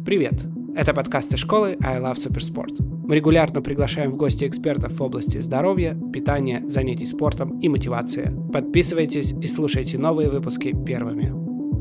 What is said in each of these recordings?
Привет! Это подкасты школы I Love Supersport. Мы регулярно приглашаем в гости экспертов в области здоровья, питания, занятий спортом и мотивации. Подписывайтесь и слушайте новые выпуски первыми.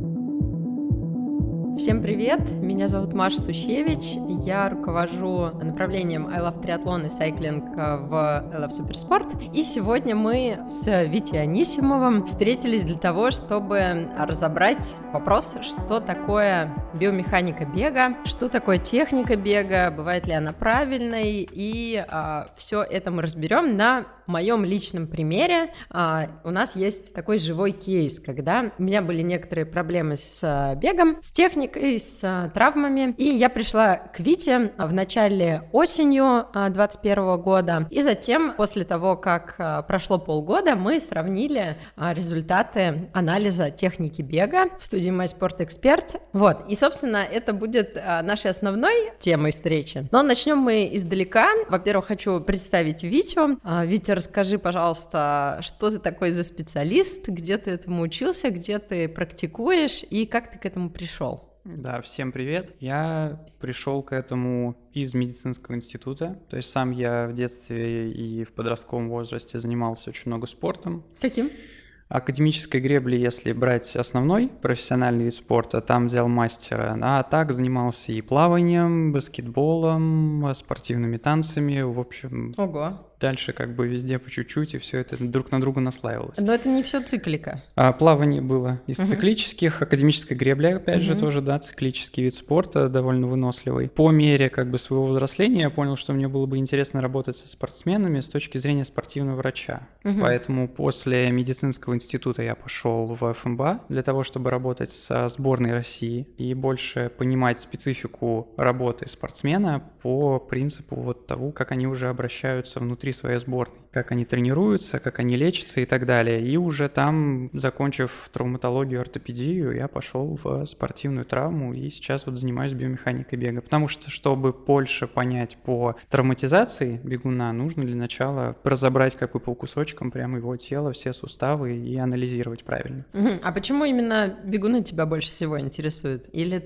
Всем привет! Меня зовут Маша Сущевич. Я руковожу направлением I Love Triathlon и Cycling в I Love Supersport. И сегодня мы с Витей Анисимовым встретились для того, чтобы разобрать вопрос, что такое биомеханика бега, что такое техника бега, бывает ли она правильной. И все это мы разберем на моем личном примере. У нас есть такой живой кейс, когда у меня были некоторые проблемы с бегом, с техникой, с травмами, и я пришла к Вите в начале осенью 2021 года, и затем, после того, как прошло полгода, мы сравнили результаты анализа техники бега в студии MySportExpert. Вот, и, собственно, это будет нашей основной темой встречи. Но начнем мы издалека. Во-первых, хочу представить Витю. Витя, расскажи, пожалуйста, что ты такой за специалист, где ты этому учился, где ты практикуешь и как ты к этому пришел? Да, всем привет. Я пришел к этому из медицинского института. То есть сам я в детстве и в подростковом возрасте занимался очень много спортом. Каким? Академической гребли, если брать основной профессиональный вид спорта, там взял мастера, а так занимался и плаванием, баскетболом, спортивными танцами, в общем. Ого. Дальше как бы везде по чуть-чуть, и все это друг на друга наслаивалось. Но это не все циклика. Плавание было из циклических, академическая гребля, опять же, тоже, да, циклический вид спорта, довольно выносливый. По мере как бы своего взросления я понял, что мне было бы интересно работать со спортсменами с точки зрения спортивного врача. Поэтому после медицинского института я пошел в ФМБА для того, чтобы работать со сборной России и больше понимать специфику работы спортсмена по принципу вот того, как они уже обращаются внутри своей сборной, как они тренируются, как они лечатся и так далее. И уже там, закончив травматологию, ортопедию, я пошел в спортивную травму и сейчас вот занимаюсь биомеханикой бега. Потому что, чтобы больше понять по травматизации бегуна, нужно для начала разобрать как бы по кусочкам прямо его тело, все суставы и анализировать правильно. А почему именно бегуны тебя больше всего интересуют? Или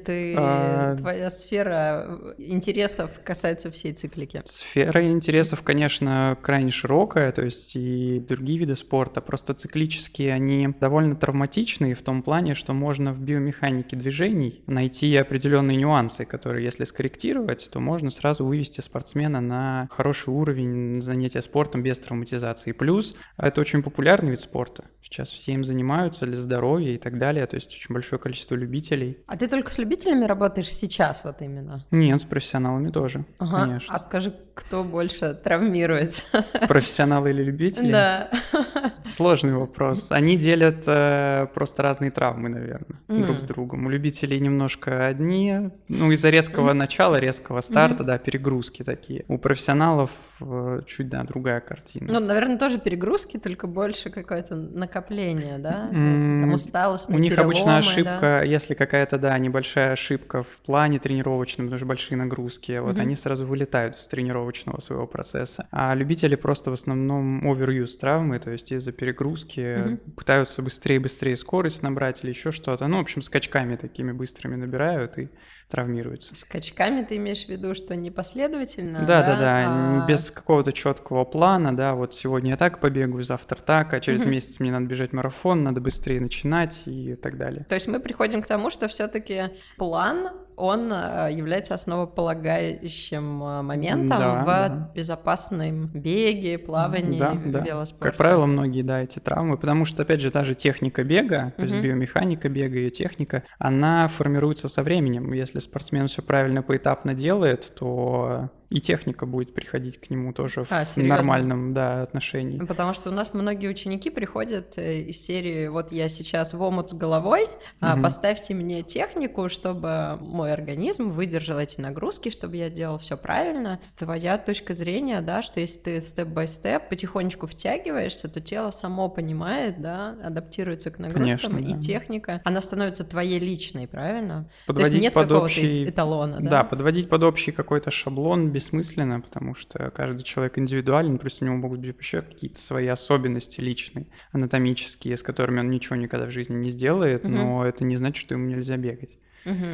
твоя сфера интересов касается всей циклики? Сфера интересов, конечно, крайне широкая, то есть и другие виды спорта, просто циклические, они довольно травматичные в том плане, что можно в биомеханике движений найти определенные нюансы, которые, если скорректировать, то можно сразу вывести спортсмена на хороший уровень занятия спортом без травматизации. Плюс это очень популярный вид спорта. Сейчас все им занимаются для здоровья и так далее, то есть очень большое количество любителей. А ты только с любителями работаешь сейчас вот именно? Нет, с профессионалами тоже, конечно. А скажи, кто больше травмируется? Профессионалы или любители? Да. Сложный вопрос. Они делят просто разные травмы, наверное, друг с другом. У любителей немножко одни, из-за резкого начала, резкого старта, да, перегрузки такие. У профессионалов чуть, да, другая картина. Наверное, тоже перегрузки, только больше какое-то накопление, да? Там усталость, у них обычно ошибка, да? Если какая-то, да, небольшая ошибка в плане тренировочном, потому что большие нагрузки, вот они сразу вылетают из тренировочного своего процесса. А любители просто в основном overuse травмы, то есть из-за перегрузки пытаются быстрее скорость набрать или еще что-то. В общем, скачками такими быстрыми набирают и травмируются. Скачками ты имеешь в виду, что непоследовательно? Да, без какого-то четкого плана, да, вот сегодня я так побегаю, завтра так, а через месяц мне надо бежать марафон, надо быстрее начинать и так далее. То есть мы приходим к тому, что все-таки план, он является основополагающим моментом в безопасном беге, плавании, велоспорте. Как правило, многие, да, эти травмы, потому что, опять же, даже техника бега, то есть биомеханика бега, ее техника, она формируется со временем. Если спортсмен все правильно поэтапно делает, то и техника будет приходить к нему тоже в нормальном, да, отношении. Потому что у нас многие ученики приходят из серии «Вот я сейчас в омут с головой, поставьте мне технику, чтобы мой организм выдержал эти нагрузки, чтобы я делал все правильно». Твоя точка зрения, да, что если ты степ-бай-степ потихонечку втягиваешься, то тело само понимает, да, адаптируется к нагрузкам, и техника, она становится твоей личной, правильно? Подводить то есть нет какого-то эталона, да? Да, подводить под общий какой-то шаблон бессмысленно, потому что каждый человек индивидуален, просто у него могут быть еще какие-то свои особенности личные, анатомические, с которыми он ничего никогда в жизни не сделает, но это не значит, что ему нельзя бегать.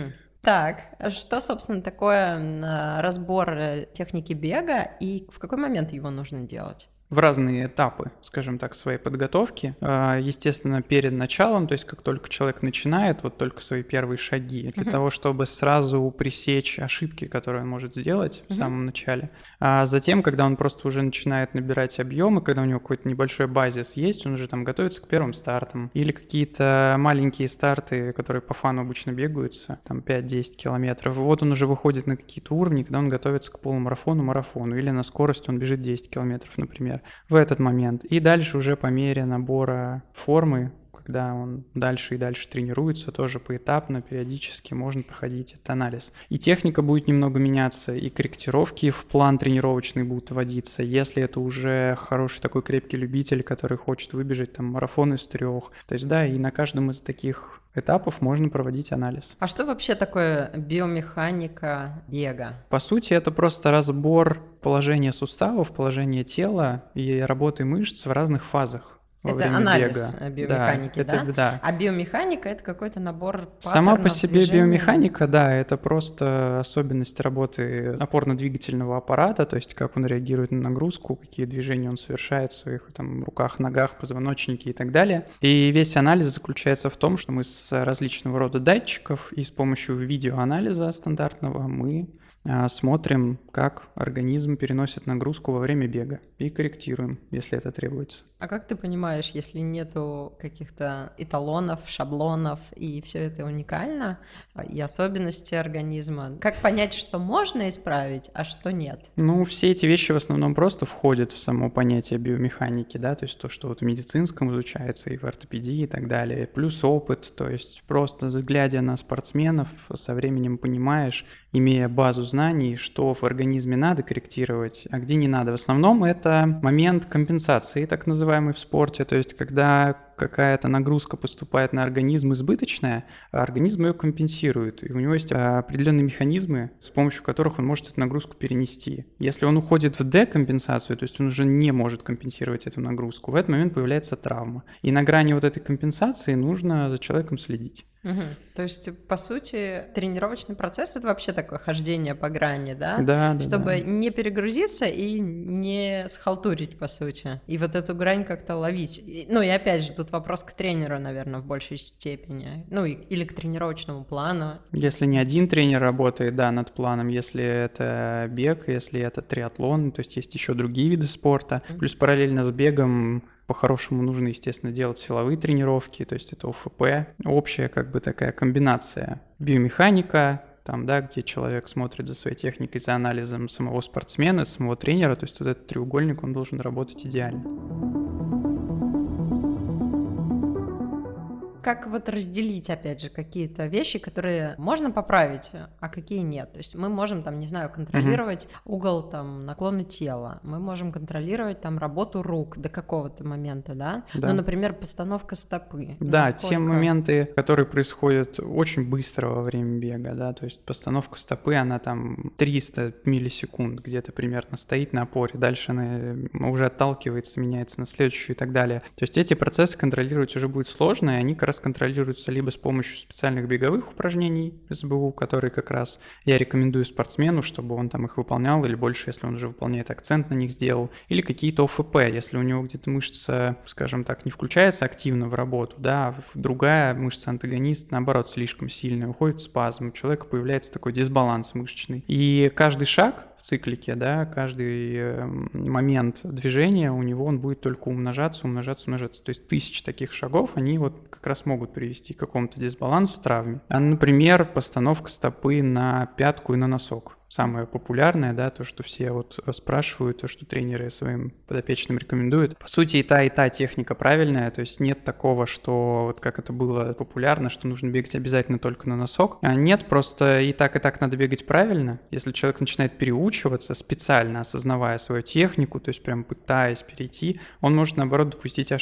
Так, что, собственно, такое разбор техники бега и в какой момент его нужно делать? В разные этапы, скажем так, своей подготовки. Естественно, перед началом, то есть как только человек начинает, вот только свои первые шаги, для того, чтобы сразу пресечь ошибки, которые он может сделать в самом начале. А затем, когда он просто уже начинает набирать объемы, когда у него какой-то небольшой базис есть, он уже там готовится к первым стартам. Или какие-то маленькие старты, которые по фану обычно бегаются, там 5-10 километров. И вот он уже выходит на какие-то уровни, когда он готовится к полумарафону, марафону. Или на скорость он бежит 10 километров, например, в этот момент. И дальше уже по мере набора формы, когда он дальше и дальше тренируется, тоже поэтапно, периодически можно проходить этот анализ. И техника будет немного меняться, и корректировки в план тренировочный будут вводиться. Если это уже хороший такой крепкий любитель, который хочет выбежать там марафон из 3. То есть да, и на каждом из таких этапов можно проводить анализ. А что вообще такое биомеханика бега? По сути, это просто разбор положения суставов, положения тела и работы мышц в разных фазах. Это анализ биомеханики, да? Да. А биомеханика — это какой-то набор паттернов, сама по себе движений. Биомеханика, да, это просто особенность работы опорно-двигательного аппарата, то есть как он реагирует на нагрузку, какие движения он совершает в своих там руках, ногах, позвоночнике и так далее. И весь анализ заключается в том, что мы с различного рода датчиков и с помощью видеоанализа стандартного мы смотрим, как организм переносит нагрузку во время бега и корректируем, если это требуется. А как ты понимаешь, если нету каких-то эталонов, шаблонов, и все это уникально, и особенности организма, как понять, что можно исправить, а что нет? Ну, все эти вещи в основном просто входят в само понятие биомеханики, да, то есть то, что вот в медицинском изучается и в ортопедии и так далее, плюс опыт, то есть просто глядя на спортсменов, со временем понимаешь, имея базу знаний, что в организме надо корректировать, а где не надо. В основном это момент компенсации, так называемый, в спорте, то есть когда какая-то нагрузка поступает на организм избыточная, а организм ее компенсирует, и у него есть определенные механизмы, с помощью которых он может эту нагрузку перенести. Если он уходит в декомпенсацию, то есть он уже не может компенсировать эту нагрузку, в этот момент появляется травма. И на грани вот этой компенсации нужно за человеком следить. Угу. То есть, по сути, тренировочный процесс — это вообще такое хождение по грани, да? Да, чтобы не перегрузиться и не схалтурить, по сути. И вот эту грань как-то ловить. Ну и опять же, тут вопрос к тренеру, наверное, в большей степени. Ну или к тренировочному плану. Если не один тренер работает, да, над планом, если это бег, если это триатлон, то есть есть еще другие виды спорта. Плюс параллельно с бегом по-хорошему нужно, естественно, делать силовые тренировки, то есть это ОФП, общая как бы такая комбинация биомеханика, там, да, где человек смотрит за своей техникой, за анализом самого спортсмена, самого тренера, то есть вот этот треугольник, он должен работать идеально. Как вот разделить, опять же, какие-то вещи, которые можно поправить, а какие нет? То есть мы можем, там, не знаю, контролировать угол, там, наклона тела, мы можем контролировать, там, работу рук до какого-то момента, да? Ну, например, постановка стопы. Да, насколько... те моменты, которые происходят очень быстро во время бега, да, то есть постановка стопы, она там 300 миллисекунд где-то примерно стоит на опоре, дальше она уже отталкивается, меняется на следующую и так далее. То есть эти процессы контролировать уже будет сложно, и они как раз контролируются либо с помощью специальных беговых упражнений СБУ, которые как раз я рекомендую спортсмену, чтобы он там их выполнял, или больше, если он уже выполняет, акцент на них сделал, или какие-то ОФП, если у него где-то мышца, скажем так, не включается активно в работу, да, другая мышца-антагонист, наоборот, слишком сильная, уходит в спазм, у человека появляется такой дисбаланс мышечный. И каждый шаг в циклике, да, каждый момент движения у него он будет только умножаться. То есть 1000 таких шагов, они вот как раз могут привести к какому-то дисбалансу, травме. А, например, постановка стопы на пятку и на носок. Самое популярное, да, то, что все вот спрашивают, то, что тренеры своим подопечным рекомендуют. По сути, и та техника правильная, то есть нет такого, что вот как это было популярно, что нужно бегать обязательно только на носок. А нет, просто и так надо бегать правильно. Если человек начинает переучиваться, специально осознавая свою технику, то есть прям пытаясь перейти, он может, наоборот, допустить ошибки.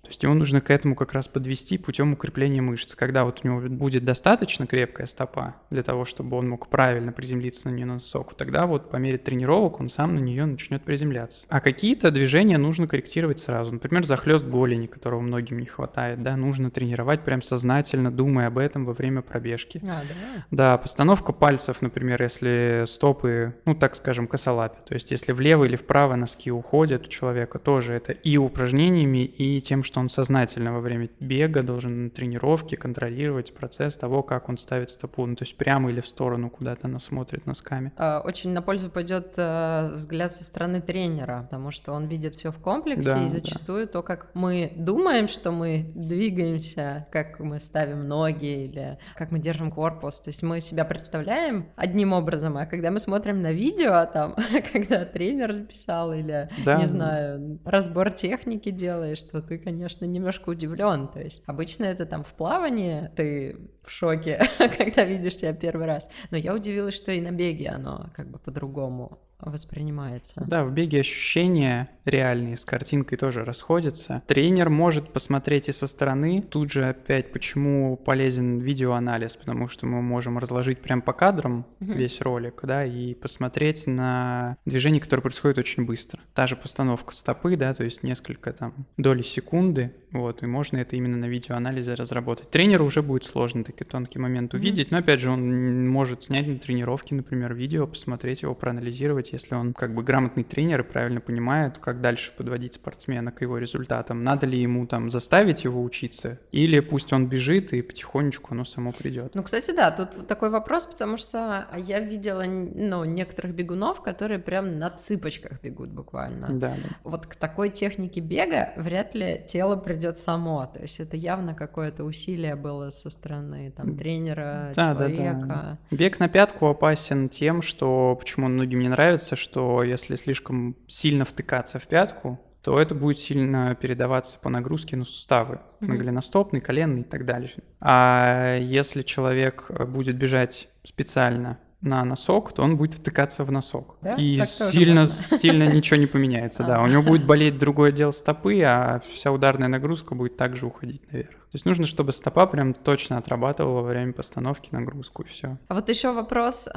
То есть ему нужно к этому как раз подвести путем укрепления мышц. Когда вот у него будет достаточно крепкая стопа для того, чтобы он мог правильно приземлиться на нее на носок, тогда вот по мере тренировок он сам на нее начнет приземляться. А какие-то движения нужно корректировать сразу. Например, захлёст голени, которого многим не хватает, да, нужно тренировать прям сознательно, думая об этом во время пробежки. Да? Да, постановка пальцев, например, если стопы, ну, так скажем, косолапят. То есть если влево или вправо носки уходят у человека, тоже это и упражнениями, и тем, что он сознательно во время бега должен на тренировке контролировать процесс того, как он ставит стопу, ну, то есть прямо или в сторону куда-то она смотрит носками. Очень на пользу пойдет взгляд со стороны тренера, потому что он видит все в комплексе, Да, и зачастую то, как мы думаем, что мы двигаемся, как мы ставим ноги или как мы держим корпус, то есть мы себя представляем одним образом, а когда мы смотрим на видео, там, когда тренер записал или, не знаю, разбор техники делаешь, то ты, конечно, немножко удивлен. То есть обычно это там в плавании ты в шоке, когда видишь себя первый раз. Но я удивилась, что и на беге оно как бы по-другому воспринимается. Да, в беге ощущения реальные с картинкой тоже расходятся. Тренер может посмотреть и со стороны. Тут же опять, почему полезен видеоанализ, потому что мы можем разложить прям по кадрам весь ролик, да, и посмотреть на движение, которое происходит очень быстро. Та же постановка стопы, да, то есть несколько там доли секунды, вот, и можно это именно на видеоанализе разработать. Тренеру уже будет сложно такой тонкий момент увидеть, но опять же он может снять на тренировке, например, видео, посмотреть его, проанализировать, если он как бы грамотный тренер и правильно понимает, как дальше подводить спортсмена к его результатам. Надо ли ему там заставить его учиться, или пусть он бежит и потихонечку оно само придет. Ну, кстати, да, тут такой вопрос, потому что я видела, ну, некоторых бегунов, которые прям на цыпочках бегут буквально. Да. Вот к такой технике бега вряд ли тело придет само, то есть это явно какое-то усилие было со стороны там тренера, человека. Да. Бег на пятку опасен тем, что, почему он многим не нравится, что если слишком сильно втыкаться в пятку, то это будет сильно передаваться по нагрузке на суставы, на голеностопный, коленный и так далее. А если человек будет бежать специально на носок, то он будет втыкаться в носок. Да? И сильно ничего не поменяется. Да, у него будет болеть другой отдел стопы, а вся ударная нагрузка будет также уходить наверх. То есть нужно, чтобы стопа прям точно отрабатывала во время постановки нагрузку, и все. А вот еще вопрос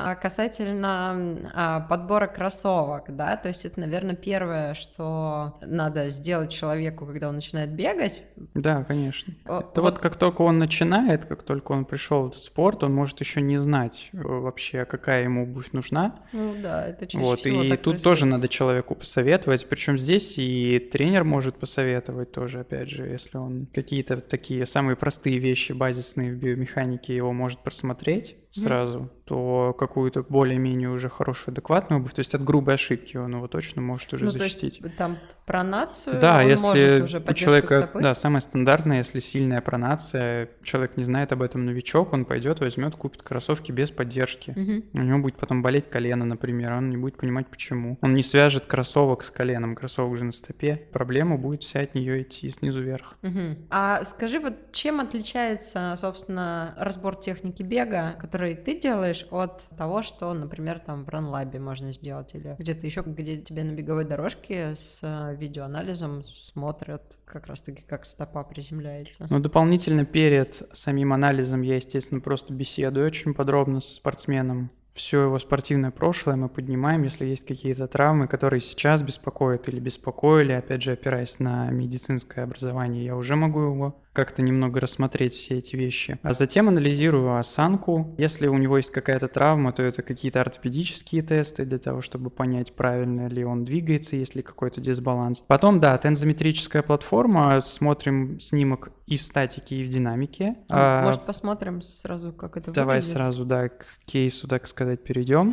касательно подбора кроссовок, да, то есть это, наверное, первое, что надо сделать человеку, когда он начинает бегать. Да, конечно. Это вот как только он начинает, как только он пришел в этот спорт, он может еще не знать вообще, какая ему обувь нужна. Ну да, это чаще вот, всего и так тут происходит. тоже надо человеку посоветовать, причем здесь и тренер может посоветовать тоже, опять же, если он какие-то такие самые простые вещи, базисные в биомеханике, его может просмотреть сразу, то какую-то более-менее уже хорошую, адекватную обувь, то есть от грубой ошибки он его точно может уже защитить. То есть, там пронацию да, он если может уже у поддержку человека, стопы? да, самое стандартное, если сильная пронация, человек не знает об этом, новичок, он пойдет, возьмет, купит кроссовки без поддержки. У него будет потом болеть колено, например, он не будет понимать, почему. Он не свяжет кроссовок с коленом, кроссовок же на стопе. Проблема будет вся от нее идти снизу вверх. А скажи, вот чем отличается, собственно, разбор техники бега, который ты делаешь, от того, что, например, там в RunLab можно сделать, или где-то еще, где тебе на беговой дорожке с видеоанализом смотрят как раз-таки, как стопа приземляется? Ну, дополнительно перед самим анализом я, естественно, просто беседую очень подробно с спортсменом. Все его спортивное прошлое мы поднимаем, если есть какие-то травмы, которые сейчас беспокоят или беспокоили, опять же, опираясь на медицинское образование, я уже могу его как-то немного рассмотреть все эти вещи. А затем анализирую осанку. Если у него есть какая-то травма, то это какие-то ортопедические тесты для того, чтобы понять, правильно ли он двигается, есть ли какой-то дисбаланс. Потом, да, тензометрическая платформа, смотрим снимок и в статике, и в динамике. Может, посмотрим сразу, как это Давай выглядит? сразу, да, к кейсу, так сказать, перейдем.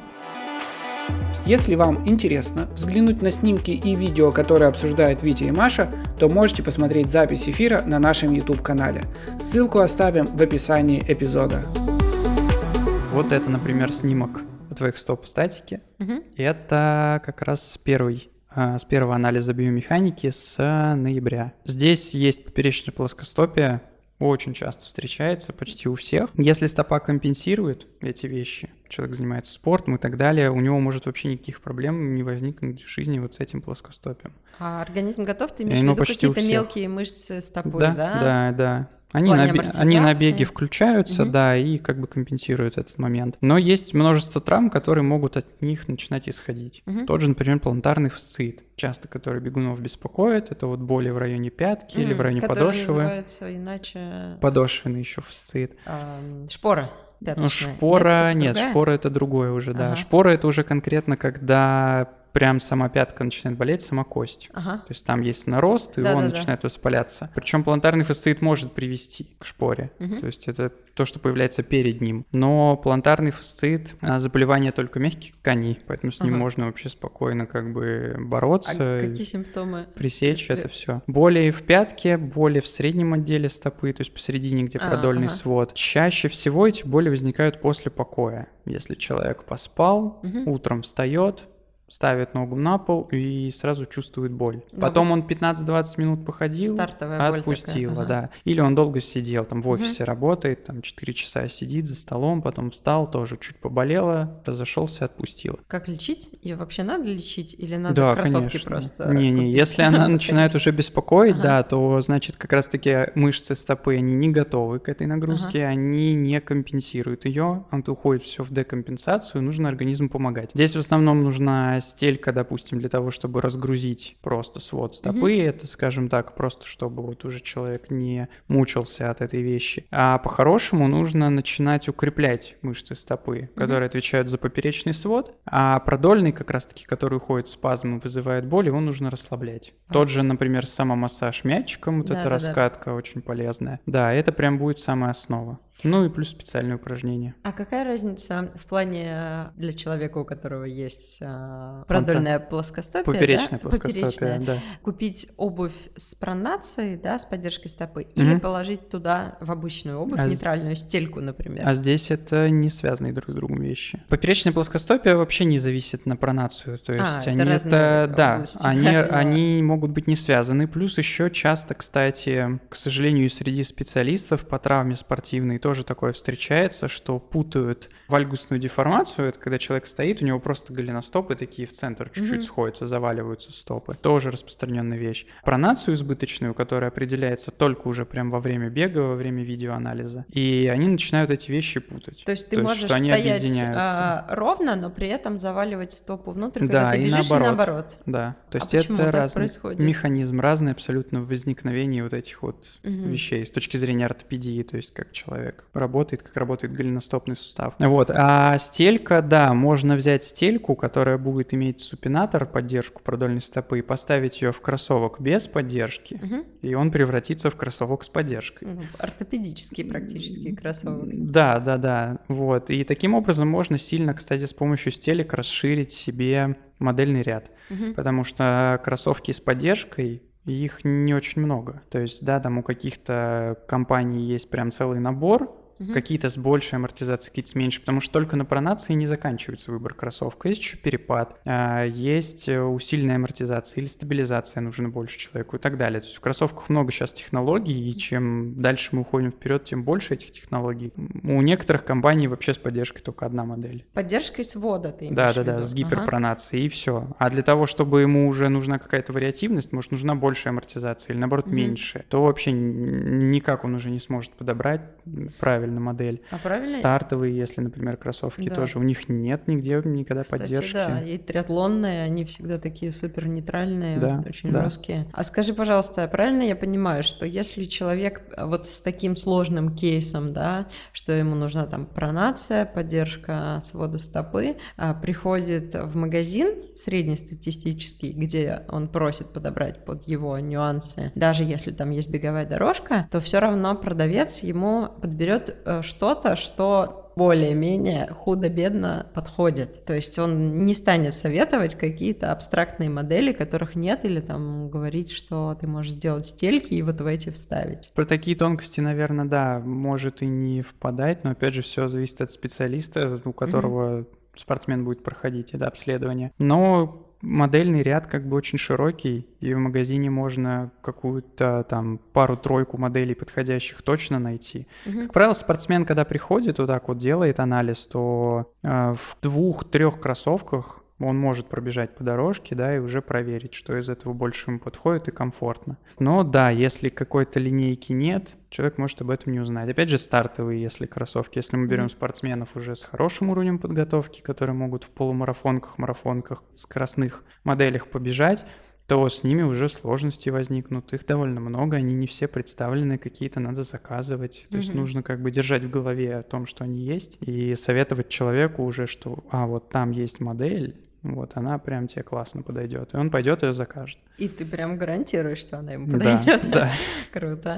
Если вам интересно взглянуть на снимки и видео, которые обсуждают Витя и Маша, то можете посмотреть запись эфира на нашем YouTube-канале. Ссылку оставим в описании эпизода. Вот это, например, снимок твоих стоп в статике. Это как раз с первого анализа биомеханики с ноября. Здесь есть поперечная плоскостопие, очень часто встречается, почти у всех. Если стопа компенсирует эти вещи, человек занимается спортом и так далее, у него может вообще никаких проблем не возникнуть в жизни вот с этим плоскостопием. А организм готов? Ты имеешь в виду какие-то мелкие мышцы стопы, да? Да. Они на беге включаются, да, и как бы компенсируют этот момент. Но есть множество травм, которые могут от них начинать исходить. Тот же, например, плантарный фасциит, часто который бегунов беспокоит, это вот боли в районе пятки или в районе подошвы. Который называется иначе... Подошвенный еще фасциит. Шпора. Пяточная. Шпора это другое уже, да. Шпора это уже конкретно, когда прям сама пятка начинает болеть, сама кость. То есть там есть нарост, и он начинает воспаляться. Причем плантарный фасциит может привести к шпоре. То есть это то, что появляется перед ним. Но плантарный фасциит — заболевание только мягких тканей, поэтому с ним можно вообще спокойно как бы бороться. А какие симптомы? Пресечь это все. Боли в пятке, боли в среднем отделе стопы, то есть посередине, где продольный свод. Чаще всего эти боли возникают после покоя. Если человек поспал, утром встает, ставит ногу на пол и сразу чувствует боль. Потом он 15-20 минут походил, отпустила, да. Или он долго сидел, там в офисе работает, там 4 часа сидит за столом, потом встал, тоже чуть поболело, разошелся, отпустила. Как лечить? Ее вообще надо лечить или надо кроссовки конечно. Просто? Не, если она начинает уже беспокоить, да, то значит как раз-таки мышцы стопы, они не готовы к этой нагрузке, они не компенсируют ее, это уходит все в декомпенсацию, нужно организму помогать. Здесь в основном нужна стелька, допустим, для того, чтобы разгрузить просто свод стопы, это, скажем так, просто чтобы вот уже человек не мучился от этой вещи. А по-хорошему нужно начинать укреплять мышцы стопы, которые отвечают за поперечный свод, а продольный, как раз-таки, который уходит в спазм и вызывает боль, его нужно расслаблять. Тот же, например, самомассаж мячиком, вот эта раскатка очень полезная. Да, это прям будет самая основа. Ну и плюс специальные упражнения. А какая разница в плане для человека, у которого есть продольная плоскостопие? Поперечная плоскостопие, да. Купить обувь с пронацией, да, с поддержкой стопы, или положить туда в обычную обувь, нейтральную стельку, например? А здесь это не связанные друг с другом вещи. Поперечная плоскостопие вообще не зависит на пронацию, то есть они могут быть не связаны. Плюс еще часто, кстати, к сожалению, среди специалистов по травме спортивной тоже такое встречается, что путают вальгусную деформацию, это когда человек стоит, у него просто голеностопы такие в центр чуть-чуть сходятся, заваливаются стопы. Тоже распространенная вещь. Пронацию избыточную, которая определяется только уже прям во время бега, во время видеоанализа. И они начинают эти вещи путать. То есть ты можешь стоять ровно, но при этом заваливать стопу внутрь, когда ты бежишь, и наоборот. Да, то есть это разный механизм, разный абсолютно в возникновении вот этих вот вещей с точки зрения ортопедии, то есть как человек работает, как работает голеностопный сустав. Вот. А стелька, да, можно взять стельку, которая будет иметь супинатор, поддержку продольной стопы, и поставить ее в кроссовок без поддержки, и он превратится в кроссовок с поддержкой. Ортопедический практически кроссовок. Да. Вот. И таким образом можно сильно, кстати, с помощью стелек расширить себе модельный ряд, потому что кроссовки с поддержкой, их не очень много. То есть, да, там у каких-то компаний есть прям целый набор, какие-то с большей амортизацией, какие-то с меньшей, потому что только на пронации не заканчивается выбор кроссовка. Есть еще перепад, есть усиленная амортизация или стабилизация нужна больше человеку и так далее. То есть в кроссовках много сейчас технологий, и чем дальше мы уходим вперед, тем больше этих технологий. У некоторых компаний вообще с поддержкой только одна модель. Поддержкой свода ты имеешь в виду? Да, с гиперпронацией, и все. А для того, чтобы ему уже нужна какая-то вариативность, может, нужна большая амортизация или, наоборот, меньше, то вообще никак он уже не сможет подобрать правильно модель. Стартовые, если, например, кроссовки тоже, у них нет нигде никогда поддержки. Да, и триатлонные, они всегда такие супер нейтральные, очень жесткие. А скажи, пожалуйста, правильно я понимаю, что если человек вот с таким сложным кейсом, да, что ему нужна там пронация, поддержка свода стопы, приходит в магазин среднестатистический, где он просит подобрать под его нюансы, даже если там есть беговая дорожка, то все равно продавец ему подберет что-то, что более-менее худо-бедно подходит. То есть он не станет советовать какие-то абстрактные модели, которых нет, или там говорить, что ты можешь сделать стельки и вот в эти вставить. Про такие тонкости, наверное, да, может и не впадать, но опять же все зависит от специалиста, у которого спортсмен будет проходить это обследование. Но модельный ряд как бы очень широкий, и в магазине можно какую-то там пару-тройку моделей подходящих точно найти. Как правило, спортсмен, когда приходит, вот так вот делает анализ, то в 2-3 кроссовках он может пробежать по дорожке, да, и уже проверить, что из этого больше ему подходит и комфортно. Но да, если какой-то линейки нет, человек может об этом не узнать. Опять же, стартовые, если кроссовки. Если мы берем спортсменов уже с хорошим уровнем подготовки, которые могут в полумарафонках, марафонках, скоростных моделях побежать, то с ними уже сложности возникнут. Их довольно много, они не все представлены, какие-то надо заказывать. То есть нужно как бы держать в голове о том, что они есть, и советовать человеку уже, что вот там есть модель, вот она прям тебе классно подойдет. И он пойдет и ее закажет. И ты прям гарантируешь, что она ему подойдет. Да. Круто.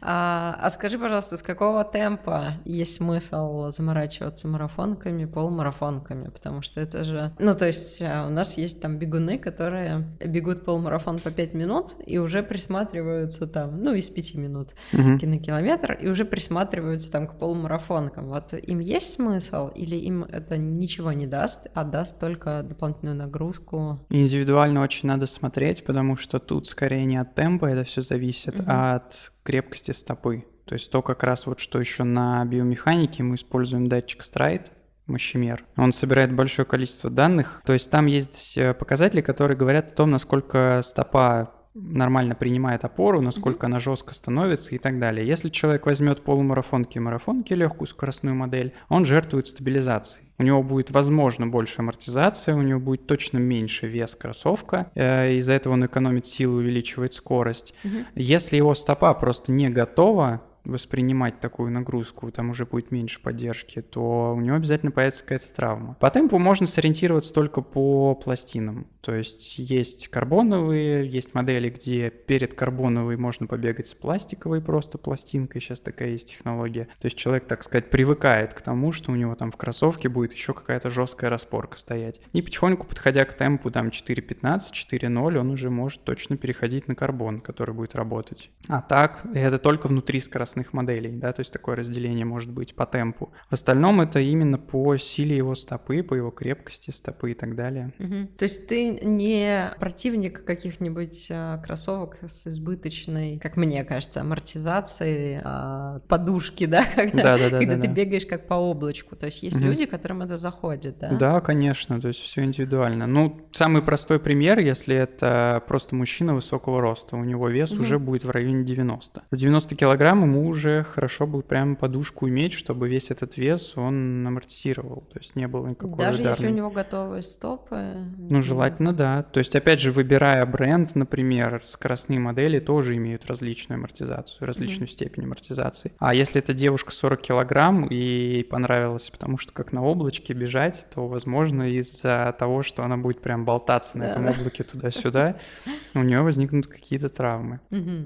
А скажи, пожалуйста, с какого темпа есть смысл заморачиваться марафонками, полумарафонками? Потому что это же... Ну, то есть у нас есть там бегуны, которые бегут полумарафон по 5 минут и уже присматриваются там, из 5 минут на километр, и уже присматриваются там к полумарафонкам. Вот им есть смысл или им это ничего не даст, а даст только дополнительную нагрузку? Индивидуально очень надо смотреть, потому что тут скорее не от темпа это все зависит, а от крепкости стопы. То есть то как раз вот что еще на биомеханике мы используем датчик Stride, мощемер. Он собирает большое количество данных, то есть там есть показатели, которые говорят о том, насколько стопа нормально принимает опору, насколько она жестко становится и так далее. Если человек возьмет полумарафонки и марафонки, легкую скоростную модель, он жертвует стабилизацией. У него будет, возможно, больше амортизация, у него будет точно меньше вес кроссовка, из-за этого он экономит силу, увеличивает скорость. Если его стопа просто не готова воспринимать такую нагрузку, там уже будет меньше поддержки, то у него обязательно появится какая-то травма. По темпу можно сориентироваться только по пластинам. То есть карбоновые, есть модели, где перед карбоновой можно побегать с пластиковой просто пластинкой, сейчас такая есть технология. То есть человек, так сказать, привыкает к тому, что у него там в кроссовке будет еще какая-то жесткая распорка стоять. И потихоньку, подходя к темпу там 4.15, 4.0, он уже может точно переходить на карбон, который будет работать. А так, это только внутри скоростных моделей, да, то есть такое разделение может быть по темпу. В остальном это именно по силе его стопы, по его крепкости стопы и так далее. То есть ты не противник каких-нибудь кроссовок с избыточной, как мне кажется, амортизацией, подушки, да, когда ты бегаешь как по облачку. То есть есть люди, которым это заходит, да? Да, конечно, то есть все индивидуально. Ну, самый простой пример, если это просто мужчина высокого роста, у него вес уже будет в районе 90. 90 килограмм ему уже хорошо бы прямо подушку иметь, чтобы весь этот вес он амортизировал, то есть не было никакой даже ударной. Если у него готовые стопы? Ну, желательно, да. То есть, опять же, выбирая бренд, например, скоростные модели тоже имеют различную амортизацию, различную степень амортизации. А если это девушка 40 килограмм и ей понравилось, потому что как на облачке бежать, то, возможно, из-за того, что она будет прям болтаться на этом облаке туда-сюда, у нее возникнут какие-то травмы.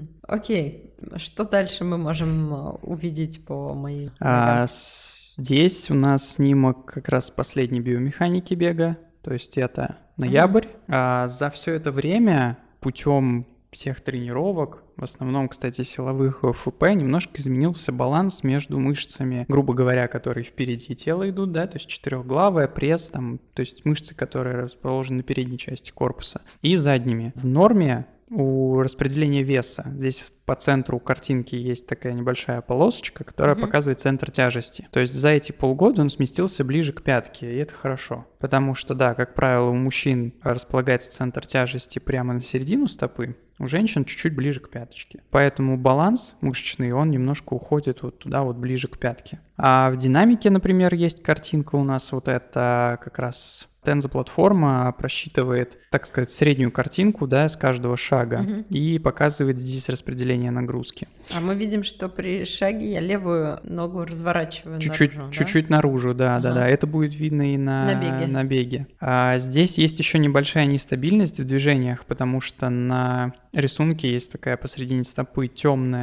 Окей. Что дальше мы можем увидеть по моей... Здесь у нас снимок как раз последней биомеханики бега, то есть это ноябрь. За все это время путем всех тренировок, в основном, кстати, силовых ФП, немножко изменился баланс между мышцами, грубо говоря, которые впереди тела идут, да, то есть четырехглавая, пресс, там, то есть мышцы, которые расположены на передней части корпуса, и задними. В норме у распределения веса здесь по центру картинки есть такая небольшая полосочка, которая показывает центр тяжести. То есть за эти полгода он сместился ближе к пятке, и это хорошо. Потому что, да, как правило, у мужчин располагается центр тяжести прямо на середину стопы, у женщин чуть-чуть ближе к пяточке. Поэтому баланс мышечный, он немножко уходит вот туда, вот ближе к пятке. А в динамике, например, есть картинка у нас, вот это как раз... Тензо-платформа просчитывает, так сказать, среднюю картинку, да, с каждого шага и показывает здесь распределение нагрузки. А мы видим, что при шаге я левую ногу разворачиваю наружу, чуть-чуть наружу, да. Это будет видно и на беге. А здесь есть еще небольшая нестабильность в движениях, потому что на рисунке есть такая посредине стопы темная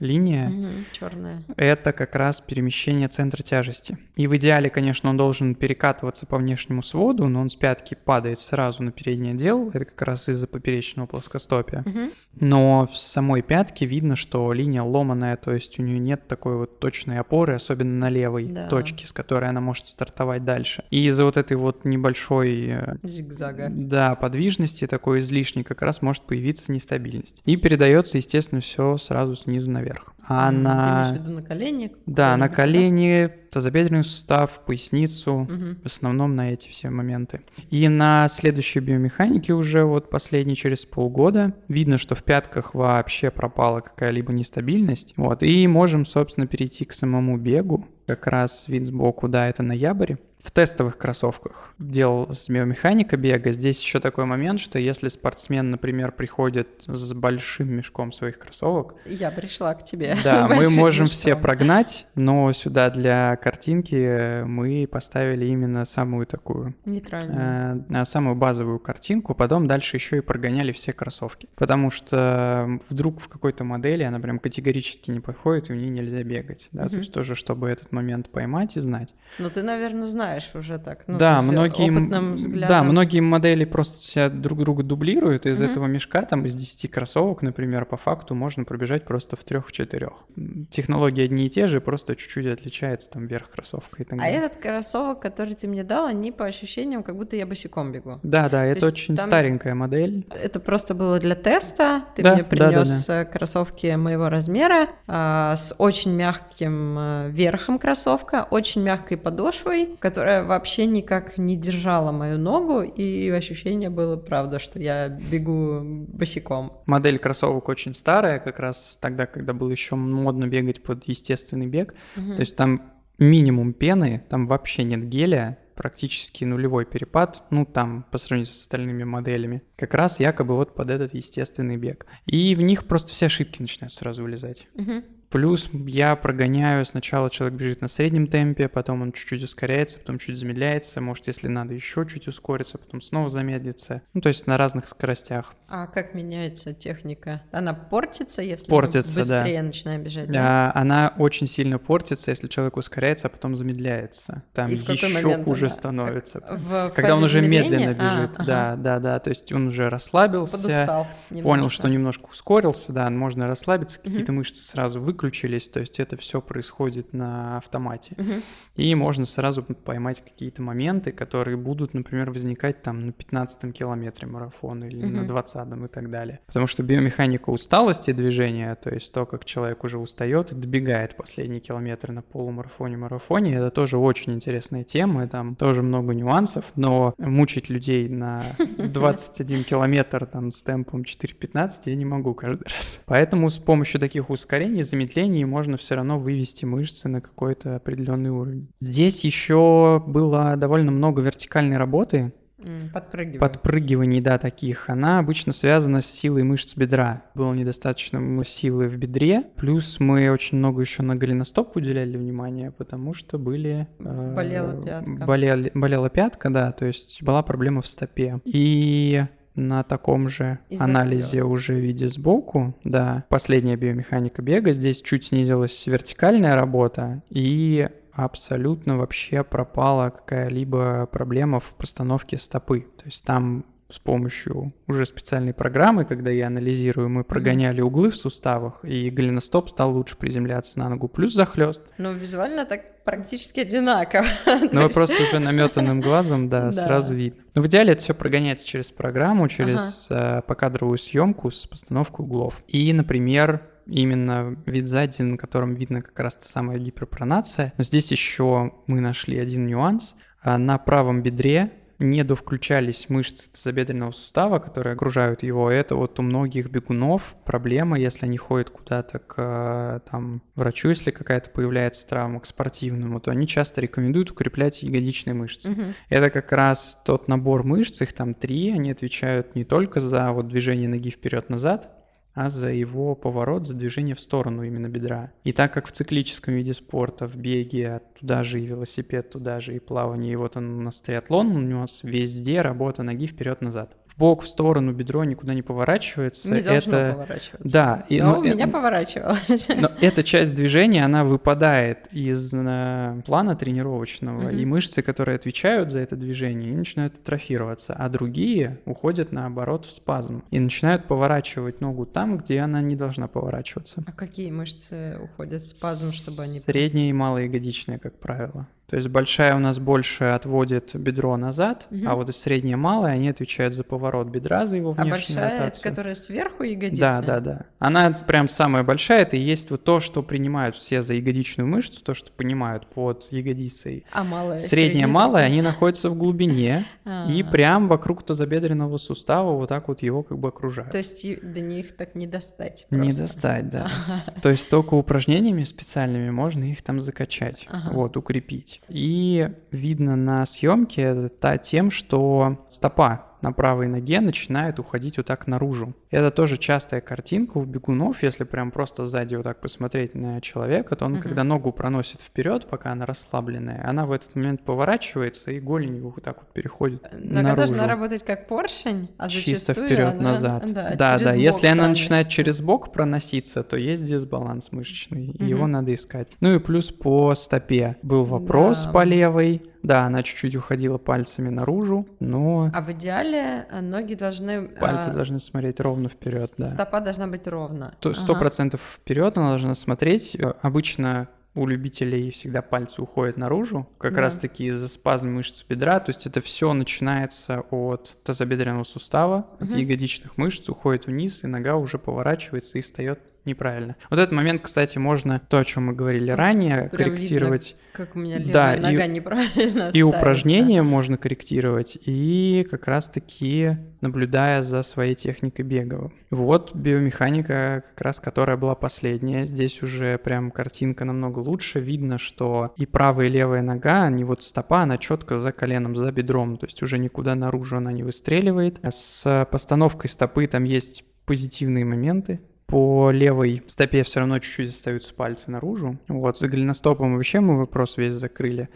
линия, черная. Это как раз перемещение центра тяжести. И в идеале, конечно, он должен перекатываться по внешнему своду, но он с пятки падает сразу на передний отдел. Это как раз из-за поперечного плоскостопия. Но в самой пятке видно, что линия ломаная, то есть у нее нет такой вот точной опоры, особенно на левой точке, с которой она может стартовать дальше. И из-за вот этой вот небольшой зигзага, подвижности, такой излишней, как раз может появиться нестабильность. И передается, естественно, все сразу снизу наверх. А Ты имеешь в виду на колени? Да, на колени, тазобедренный сустав, поясницу, в основном на эти все моменты. И на следующей биомеханике уже вот последний через полгода видно, что в пятках вообще пропала какая-либо нестабильность. Вот, и можем, собственно, перейти к самому бегу. Как раз вид сбоку, да, это ноябрь. В тестовых кроссовках делалась биомеханика бега. Здесь еще такой момент, что если спортсмен, например, приходит с большим мешком своих кроссовок... Я пришла к тебе. Да, мы можем все прогнать, но сюда для картинки мы поставили именно самую такую... нейтральную. Самую базовую картинку, потом дальше еще и прогоняли все кроссовки. Потому что вдруг в какой-то модели она прям категорически не подходит, и у нее нельзя бегать. Да? То есть тоже, чтобы этот момент поймать и знать. Ну, ты, наверное, знаешь уже так. Ну, да, многие модели просто себя друг друга дублируют, и из этого мешка, там, из 10 кроссовок, например, по факту можно пробежать просто в 3-4. Технологии одни и те же, просто чуть-чуть отличается, там, верх кроссовка и так далее. А этот кроссовок, который ты мне дал, они по ощущениям, как будто я босиком бегу. Да, это очень старенькая модель. Это просто было для теста. Ты мне принес кроссовки моего размера с очень мягким верхом кроссовка, очень мягкой подошвой, которая вообще никак не держала мою ногу, и ощущение было, правда, что я бегу босиком. Модель кроссовок очень старая, как раз тогда, когда было еще модно бегать под естественный бег. То есть там минимум пены, там вообще нет геля, практически нулевой перепад, ну там по сравнению с остальными моделями, как раз якобы вот под этот естественный бег. И в них просто все ошибки начинают сразу вылезать. Плюс я прогоняю, сначала человек бежит на среднем темпе, потом он чуть-чуть ускоряется, потом чуть замедляется, может, если надо, еще чуть ускориться, потом снова замедлиться. Ну, то есть на разных скоростях. А как меняется техника? Она портится, если мы быстрее начинаем бежать? Да, она очень сильно портится, если человек ускоряется, а потом замедляется. Там еще хуже становится. Когда он уже медленно бежит. Да. То есть он уже расслабился, подустал понял, что немножко ускорился, да, можно расслабиться, какие-то мышцы сразу выключились, то есть это все происходит на автомате. И можно сразу поймать какие-то моменты, которые будут, например, возникать там на 15-м километре марафона или на 20-м и так далее. Потому что биомеханика усталости движения, то есть то, как человек уже устает и добегает последние километры на полумарафоне, марафоне, это тоже очень интересная тема, там тоже много нюансов, но мучить людей на 21 километр там с темпом 4:15 я не могу каждый раз. Поэтому с помощью таких ускорений, замедлений можно все равно вывести мышцы на какой-то определенный уровень. Здесь еще было довольно много вертикальной работы. Подпрыгиваний, да, таких. Она обычно связана с силой мышц бедра. Было недостаточно силы в бедре. Плюс мы очень много еще на голеностоп уделяли внимание, потому что болела пятка. Болела пятка, да, то есть была проблема в стопе. И на таком же анализе уже в виде сбоку, да, последняя биомеханика бега, здесь чуть снизилась вертикальная работа, и абсолютно вообще пропала какая-либо проблема в постановке стопы. То есть там с помощью уже специальной программы, когда я анализирую, мы прогоняли углы в суставах, и голеностоп стал лучше приземляться на ногу, плюс захлёст. Ну, визуально так практически одинаково. Ну, просто уже наметанным глазом, да, сразу видно. Но в идеале это все прогоняется через программу, через покадровую съемку с постановкой углов. И, например, именно вид сзади, на котором видно как раз та самая гиперпронация. Но здесь еще мы нашли один нюанс. На правом бедре не довключались мышцы тазобедренного сустава, которые окружают его. Это вот у многих бегунов проблема, если они ходят куда-то к врачу, если какая-то появляется травма, к спортивному, то они часто рекомендуют укреплять ягодичные мышцы. Это как раз тот набор мышц, их там 3, они отвечают не только за вот движение ноги вперед-назад, а за его поворот, за движение в сторону именно бедра. И так как в циклическом виде спорта, в беге, туда же и велосипед, туда же и плавание, и вот он у нас триатлон, у нас везде работа ноги вперед-назад. В бок, в сторону, бедро никуда не поворачивается. Не должно поворачиваться. Да. Но у меня поворачивалось. Но эта часть движения, она выпадает из плана тренировочного, и мышцы, которые отвечают за это движение, начинают атрофироваться, а другие уходят, наоборот, в спазм и начинают поворачивать ногу там, где она не должна поворачиваться. А какие мышцы уходят в спазм, чтобы они... Средняя и малоягодичная, как правило. То есть большая у нас больше отводит бедро назад, а вот и средняя и малая, они отвечают за поворот бедра, за его внешнюю ротацию. А большая, которая сверху ягодицы? Да. Она прям самая большая, это и есть вот то, что принимают все за ягодичную мышцу, то, что понимают под ягодицей. А малая? Средняя, малая, они находятся в глубине и прям вокруг тазобедренного сустава вот так вот его как бы окружают. То есть до них так не достать просто? Не достать, да. То есть только упражнениями специальными можно их там закачать, вот, укрепить. И видно на съемке тем, что стопа на правой ноге начинает уходить вот так наружу. Это тоже частая картинка у бегунов, если прям просто сзади вот так посмотреть на человека, то он, когда ногу проносит вперед, пока она расслабленная, она в этот момент поворачивается и голень вот так вот переходит наружу. Нога должна работать как поршень, а чисто вперед-назад. Да. Если она начинает через бок проноситься, то есть дисбаланс мышечный, и его надо искать. Ну и плюс по стопе был вопрос по левой. Да, она чуть-чуть уходила пальцами наружу, но... А в идеале ноги должны... Пальцы должны смотреть ровно вперед, да. Стопа должна быть ровно. 100% вперед она должна смотреть. Обычно у любителей всегда пальцы уходят наружу, как раз-таки из-за спазма мышц бедра. То есть это все начинается от тазобедренного сустава, от ягодичных мышц, уходит вниз, и нога уже поворачивается и встает неправильно. Вот этот момент, кстати, можно, то, о чем мы говорили ранее, корректировать. Видно, как у меня левая нога неправильно и упражнения можно корректировать, и как раз-таки наблюдая за своей техникой бега. Вот биомеханика, как раз которая была последняя. Здесь уже прям картинка намного лучше. Видно, что и правая, и левая нога, не вот стопа, она четко за коленом, за бедром, то есть уже никуда наружу она не выстреливает. С постановкой стопы там есть позитивные моменты. По левой стопе все равно чуть-чуть остаются пальцы наружу. Вот, за голеностопом вообще мы вопрос весь закрыли.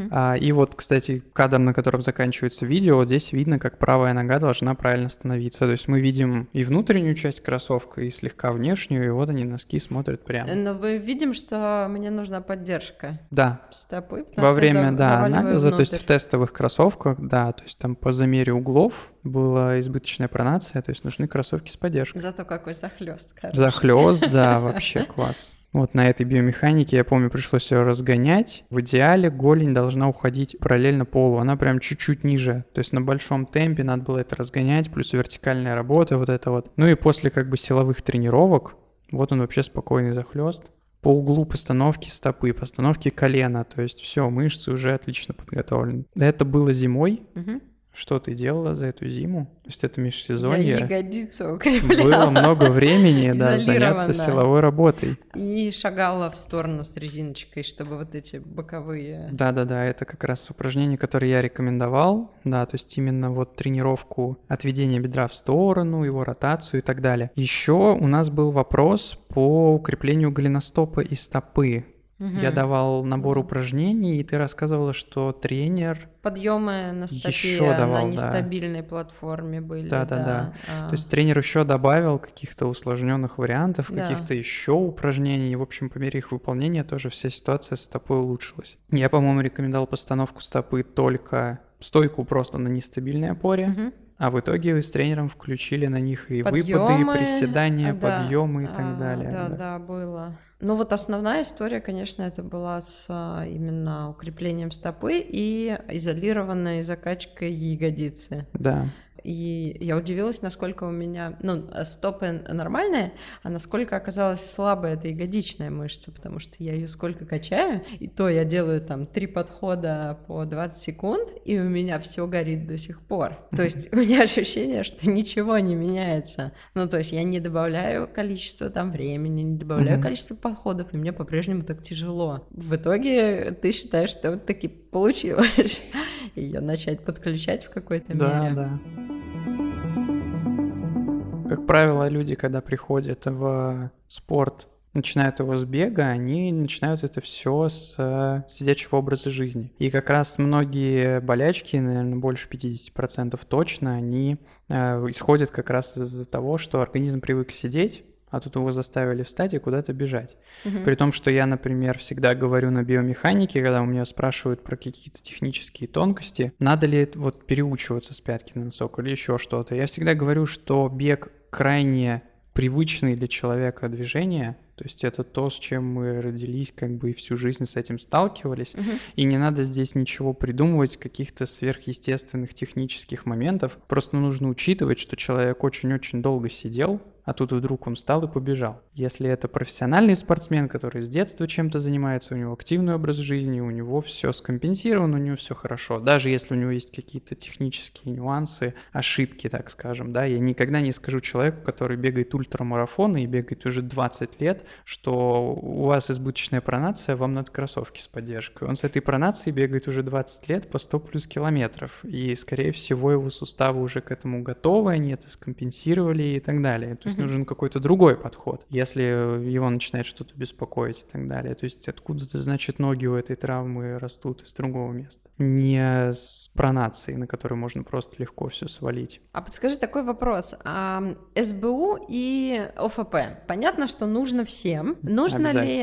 И вот, кстати, кадр, на котором заканчивается видео, здесь видно, как правая нога должна правильно становиться. То есть мы видим и внутреннюю часть кроссовка, и слегка внешнюю, и вот они, носки, смотрят прямо. Но мы видим, что мне нужна поддержка стопы. Во время анализа, то есть в тестовых кроссовках, то есть там по замере углов была избыточная пронация, то есть нужны кроссовки с поддержкой. Зато какой захлёст. Захлёст, да, вообще класс. Вот на этой биомеханике, я помню, пришлось ее разгонять. В идеале голень должна уходить параллельно полу, она прям чуть-чуть ниже. То есть на большом темпе надо было это разгонять, плюс вертикальная работа, вот это вот. Ну и после как бы силовых тренировок, вот он вообще спокойный захлёст. По углу постановки стопы, постановки колена, то есть все, мышцы уже отлично подготовлены. Это было зимой. Что ты делала за эту зиму? То есть это межсезонье. Я ягодицу укрепляла. Было много времени, заняться силовой работой. И шагала в сторону с резиночкой, чтобы вот эти боковые... Да, это как раз упражнение, которое я рекомендовал. Да, то есть именно вот тренировку отведения бедра в сторону, его ротацию и так далее. Еще у нас был вопрос по укреплению голеностопа и стопы. Я давал набор упражнений, и ты рассказывала, что тренер... Подъемы на стопе на нестабильной платформе были. Да. То есть тренер еще добавил каких-то усложненных вариантов, каких-то еще упражнений, и, в общем, по мере их выполнения тоже вся ситуация с стопой улучшилась. Я, по-моему, рекомендовал постановку стопы только стойку просто на нестабильной опоре, а в итоге вы с тренером включили на них и выпады, и приседания, подъемы и так далее. Да, было. Ну вот основная история, конечно, это была с именно укреплением стопы и изолированной закачкой ягодицы. Да. И я удивилась, насколько у меня, стопы нормальные, а насколько оказалась слабая эта ягодичная мышца, потому что я ее сколько качаю, и то я делаю там 3 подхода по 20 секунд, и у меня все горит до сих пор. То есть у меня ощущение, что ничего не меняется. То есть я не добавляю количество там времени, не добавляю количество подходов, и мне по-прежнему так тяжело. В итоге ты считаешь, что вот таки получилось ее начать подключать в какой-то мере. Да. Как правило, люди, когда приходят в спорт, начинают его с бега, они начинают это все с сидячего образа жизни. И как раз многие болячки, наверное, больше 50% точно, они исходят как раз из-за того, что организм привык сидеть, а тут его заставили встать и куда-то бежать. При том, что я, например, всегда говорю на биомеханике, когда у меня спрашивают про какие-то технические тонкости, надо ли вот переучиваться с пятки на носок или еще что-то. Я всегда говорю, что бег крайне привычный для человека движение, то есть это то, с чем мы родились, как бы и всю жизнь с этим сталкивались, и не надо здесь ничего придумывать, каких-то сверхъестественных технических моментов, просто нужно учитывать, что человек очень-очень долго сидел, а тут вдруг он встал и побежал. Если это профессиональный спортсмен, который с детства чем-то занимается, у него активный образ жизни, у него все скомпенсировано, у него все хорошо. Даже если у него есть какие-то технические нюансы, ошибки, так скажем, да, я никогда не скажу человеку, который бегает ультрамарафоны и бегает уже 20 лет, что у вас избыточная пронация, вам надо кроссовки с поддержкой. Он с этой пронацией бегает уже 20 лет по 100 плюс километров, и, скорее всего, его суставы уже к этому готовы, они это скомпенсировали и так далее. То есть нужен какой-то другой подход, если его начинает что-то беспокоить и так далее. То есть откуда-то, значит, ноги у этой травмы растут из другого места. Не с пронацией, на которой можно просто легко все свалить. А подскажи такой вопрос. СБУ и ОФП. Понятно, что нужно всем. Нужно ли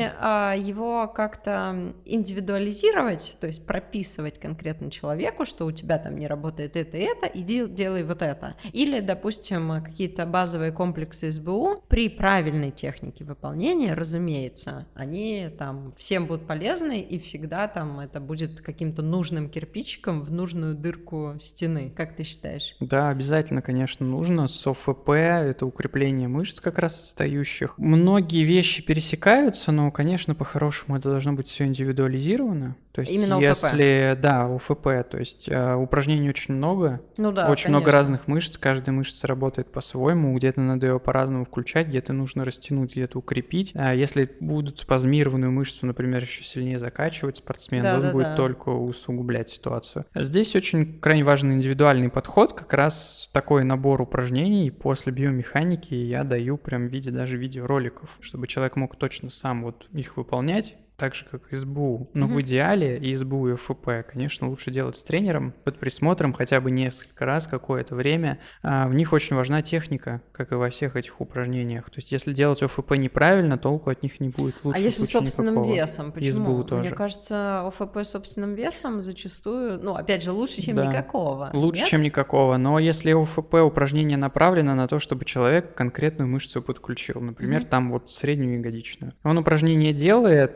его как-то индивидуализировать, то есть прописывать конкретно человеку, что у тебя там не работает это и это, иди делай вот это. Или, допустим, какие-то базовые комплексы СБУ при правильной технике выполнения, разумеется, они там всем будут полезны, и всегда там это будет каким-то нужным кирпичиком в нужную дырку стены. Как ты считаешь? Да, обязательно, конечно, нужно. С ОФП это укрепление мышц как раз отстающих. Многие вещи пересекаются, но, конечно, по-хорошему это должно быть все индивидуализировано. То есть, именно если, ОФП? Да, ОФП, то есть упражнений очень много, ну да, очень конечно. много разных мышц, каждая мышца работает по-своему, где-то надо ее по-разному включать, где-то нужно растянуть, где-то укрепить. А если будут спазмированную мышцу, например, еще сильнее закачивать спортсмен, он будет только усугублять ситуацию. Здесь очень крайне важен индивидуальный подход, как раз такой набор упражнений после биомеханики я даю прям в виде даже видеороликов, чтобы человек мог точно сам вот их выполнять, так же, как СБУ. Но в идеале и СБУ, и ОФП, конечно, лучше делать с тренером, под присмотром хотя бы несколько раз, какое-то время. В них очень важна техника, как и во всех этих упражнениях. То есть, если делать ОФП неправильно, толку от них не будет лучше. А если собственным никакого. весом? Почему? СБУ тоже. Мне кажется, ОФП с собственным весом зачастую, ну, опять же, лучше, чем да. никакого. Лучше, нет? чем никакого. Но если ОФП упражнение направлено на то, чтобы человек конкретную мышцу подключил, например, там вот среднюю ягодичную. Он упражнение делает,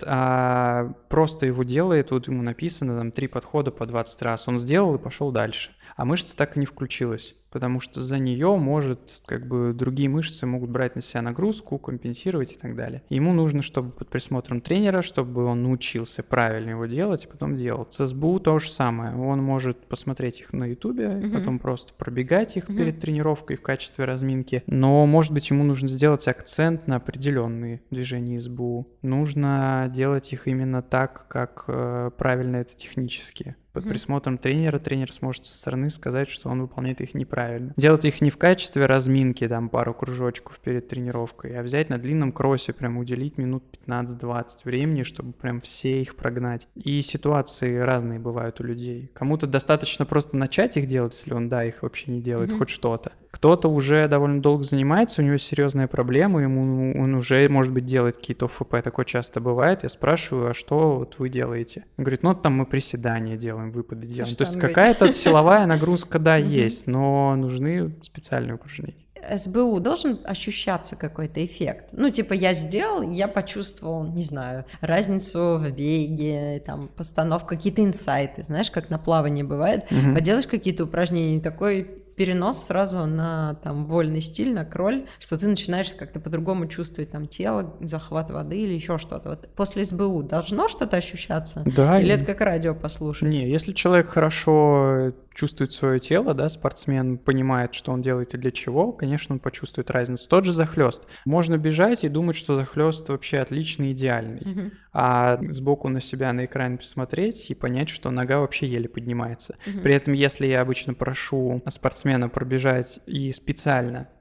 просто его делает, вот ему написано там 3 подхода по 20 раз, он сделал и пошел дальше. А мышца так и не включилась, потому что за нее может, как бы, другие мышцы могут брать на себя нагрузку, компенсировать и так далее. Ему нужно, чтобы под присмотром тренера, чтобы он научился правильно его делать и потом делал. С СБУ то же самое. Он может посмотреть их на ютубе, потом просто пробегать их перед тренировкой в качестве разминки. Но, может быть, ему нужно сделать акцент на определенные движения СБУ. Нужно делать их именно так, как правильно это технически. Под присмотром тренера тренер сможет со стороны сказать, что он выполняет их неправильно. Делать их не в качестве разминки, там, пару кружочков перед тренировкой, а взять на длинном кроссе, прям уделить минут 15-20 времени, чтобы прям все их прогнать. И ситуации разные бывают у людей. Кому-то достаточно просто начать их делать, если он, их вообще не делает хоть что-то. Кто-то уже довольно долго занимается, у него серьезная проблема, он уже, может быть, делает какие-то ОФП, такое часто бывает. Я спрашиваю, а что вот вы делаете? Он говорит, там мы приседания делаем, выпады делаем. То есть какая-то силовая нагрузка, есть, но нужны специальные упражнения. СБУ должен ощущаться какой-то эффект. Ну, типа, я сделал, я почувствовал, не знаю, разницу в беге, там, постановка, какие-то инсайты, знаешь, как на плавании бывает. Поделаешь какие-то упражнения, такой перенос сразу на там вольный стиль, на кроль, что ты начинаешь как-то по-другому чувствовать там тело, захват воды или еще что-то. Вот после СБУ должно что-то ощущаться? Да. Или это как радио послушать? Не, если человек хорошо чувствует свое тело, спортсмен понимает, что он делает и для чего, конечно, он почувствует разницу. Тот же захлёст. Можно бежать и думать, что захлёст вообще отличный, идеальный, а сбоку на себя на экран посмотреть и понять, что нога вообще еле поднимается. При этом, если я обычно прошу спортсмена пробежать и специально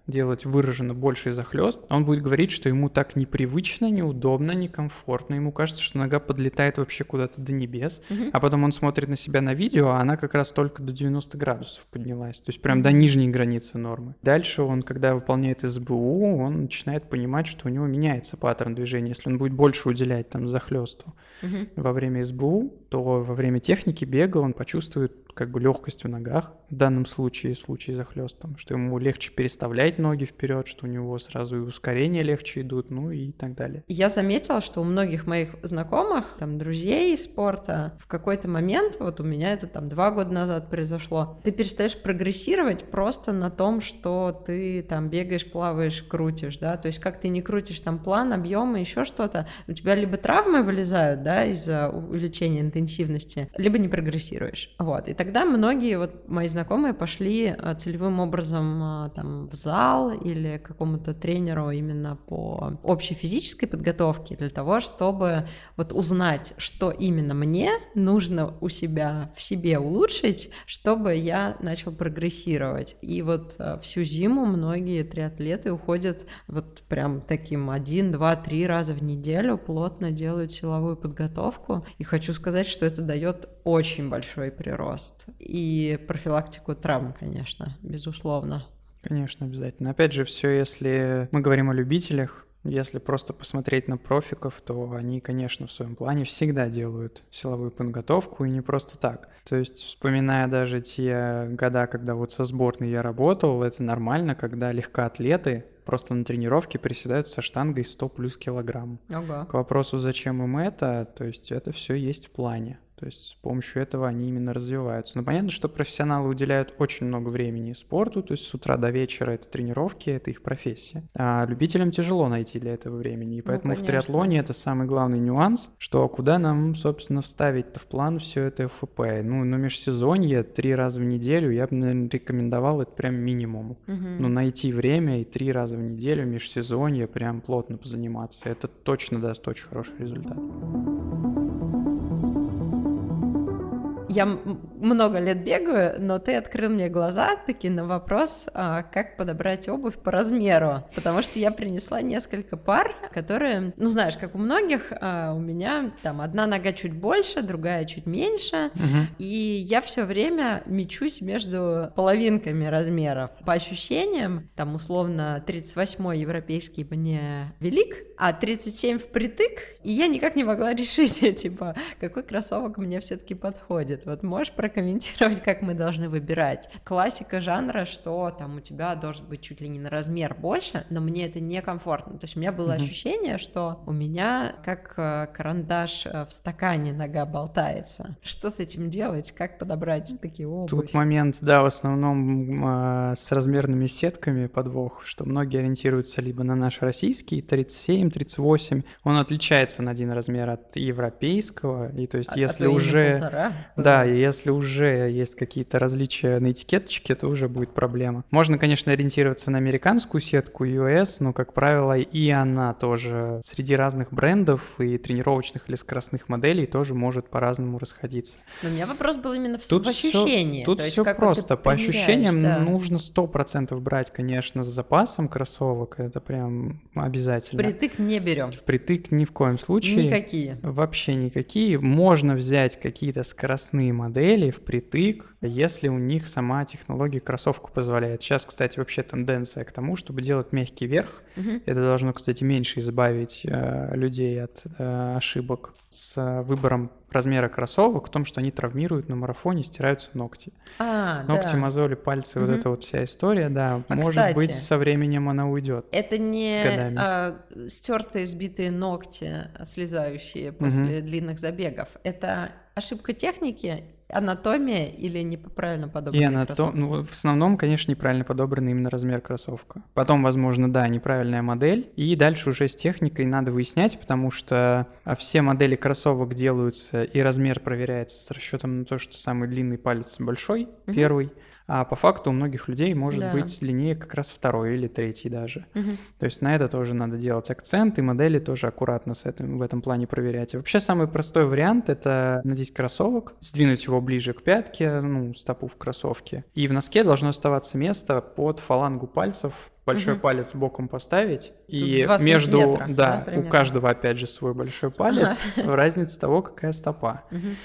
делать выраженно больший захлёст, он будет говорить, что ему так непривычно, неудобно, некомфортно. Ему кажется, что нога подлетает вообще куда-то до небес, а потом он смотрит на себя на видео, а она как раз только до 90 градусов поднялась, то есть прям до нижней границы нормы. Дальше он, когда выполняет СБУ, он начинает понимать, что у него меняется паттерн движения. Если он будет больше уделять там захлёсту во время СБУ, то во время техники бега он почувствует как бы легкость в ногах, в данном случае, в случае захлёста, что ему легче переставлять ноги вперед, что у него сразу и ускорения легче идут, ну и так далее. Я заметила, что у многих моих знакомых, там, друзей из спорта, в какой-то момент, вот у меня это там 2 года назад произошло, ты перестаешь прогрессировать просто на том, что ты там бегаешь, плаваешь, крутишь, да, то есть как ты не крутишь там план, объемы, еще что-то, у тебя либо травмы вылезают, да, из-за увеличения интенсивности, либо не прогрессируешь, вот, и тогда многие вот мои знакомые пошли целевым образом там в зал или к какому-то тренеру именно по общей физической подготовке для того, чтобы вот узнать, что именно мне нужно у себя в себе улучшить, чтобы я начал прогрессировать. И вот всю зиму многие триатлеты уходят вот прям таким 1, 2, 3 раза в неделю, плотно делают силовую подготовку. И хочу сказать, что это дает очень большой прирост. И профилактику травм, конечно, безусловно. Конечно, обязательно. Опять же, все, если мы говорим о любителях, если просто посмотреть на профиков, то они, конечно, в своем плане всегда делают силовую подготовку, и не просто так. То есть, вспоминая даже те года, когда вот со сборной я работал, это нормально, когда легкоатлеты просто на тренировке приседают со штангой 100 плюс килограмм. Ого. К вопросу, зачем им это, то есть это все есть в плане. То есть с помощью этого они именно развиваются. Но понятно, что профессионалы уделяют очень много времени спорту, то есть с утра до вечера это тренировки, это их профессия. А любителям тяжело найти для этого времени. И поэтому в триатлоне это самый главный нюанс, что куда нам, собственно, вставить-то в план все это ФП. Ну, межсезонье 3 раза в неделю я бы, наверное, рекомендовал это прям минимум. Ну, найти время и 3 раза в неделю межсезонье прям плотно позаниматься. Это точно даст очень хороший результат. Я много лет бегаю, но ты открыл мне глаза таки на вопрос, как подобрать обувь по размеру, потому что я принесла несколько пар, которые, ну знаешь, как у многих, у меня там одна нога чуть больше, другая чуть меньше, и я все время мечусь между половинками размеров. По ощущениям, там условно 38-й европейский мне велик, а 37 впритык, и я никак не могла решить, типа, какой кроссовок мне все-таки подходит. Вот можешь прокомментировать, как мы должны выбирать? Классика жанра, что там у тебя должен быть чуть ли не на размер больше, но мне это некомфортно. То есть у меня было ощущение, что у меня как карандаш в стакане нога болтается. Что с этим делать? Как подобрать такие обувь? Тут момент, да, в основном с размерными сетками подвох, что многие ориентируются либо на наш российский 37, 38, он отличается на 1 размер от европейского, и то есть если уже... Да, и если уже есть какие-то различия на этикеточке, то уже будет проблема. Можно, конечно, ориентироваться на американскую сетку US, но, как правило, и она тоже среди разных брендов и тренировочных или скоростных моделей тоже может по-разному расходиться. Но у меня вопрос был именно в ощущении. Тут все просто. По ощущениям нужно 100% брать, конечно, с запасом кроссовок. Это прям обязательно. Впритык не берем. Впритык ни в коем случае. Никакие. Вообще никакие. Можно взять какие-то скоростные модели впритык, если у них сама технология кроссовку позволяет. Сейчас, кстати, вообще тенденция к тому, чтобы делать мягкий верх. Это должно, кстати, меньше избавить людей от ошибок с выбором размера кроссовок в том, что они травмируют на марафоне, стираются ногти. Ногти, мозоли, пальцы, вот эта вот вся история, да. Может кстати, быть, со временем она уйдет. Это не стертые, сбитые ногти, слезающие после длинных забегов. Это ошибка техники, анатомия или неправильно подобранный кроссовок? Ну, в основном, конечно, неправильно подобранный именно размер кроссовка. Потом, возможно, да, неправильная модель. И дальше уже с техникой надо выяснять, потому что все модели кроссовок делаются, и размер проверяется с расчетом на то, что самый длинный палец большой, первый. А по факту у многих людей может быть длиннее как раз 2-й или 3-й даже. То есть на это тоже надо делать акцент, и модели тоже аккуратно в этом плане проверять. И вообще самый простой вариант — это надеть кроссовок, сдвинуть его ближе к пятке, стопу в кроссовке. И в носке должно оставаться место под фалангу пальцев большой палец боком поставить, и 2 между, сантиметра, да, у каждого, опять же, свой большой палец, разница того, какая стопа,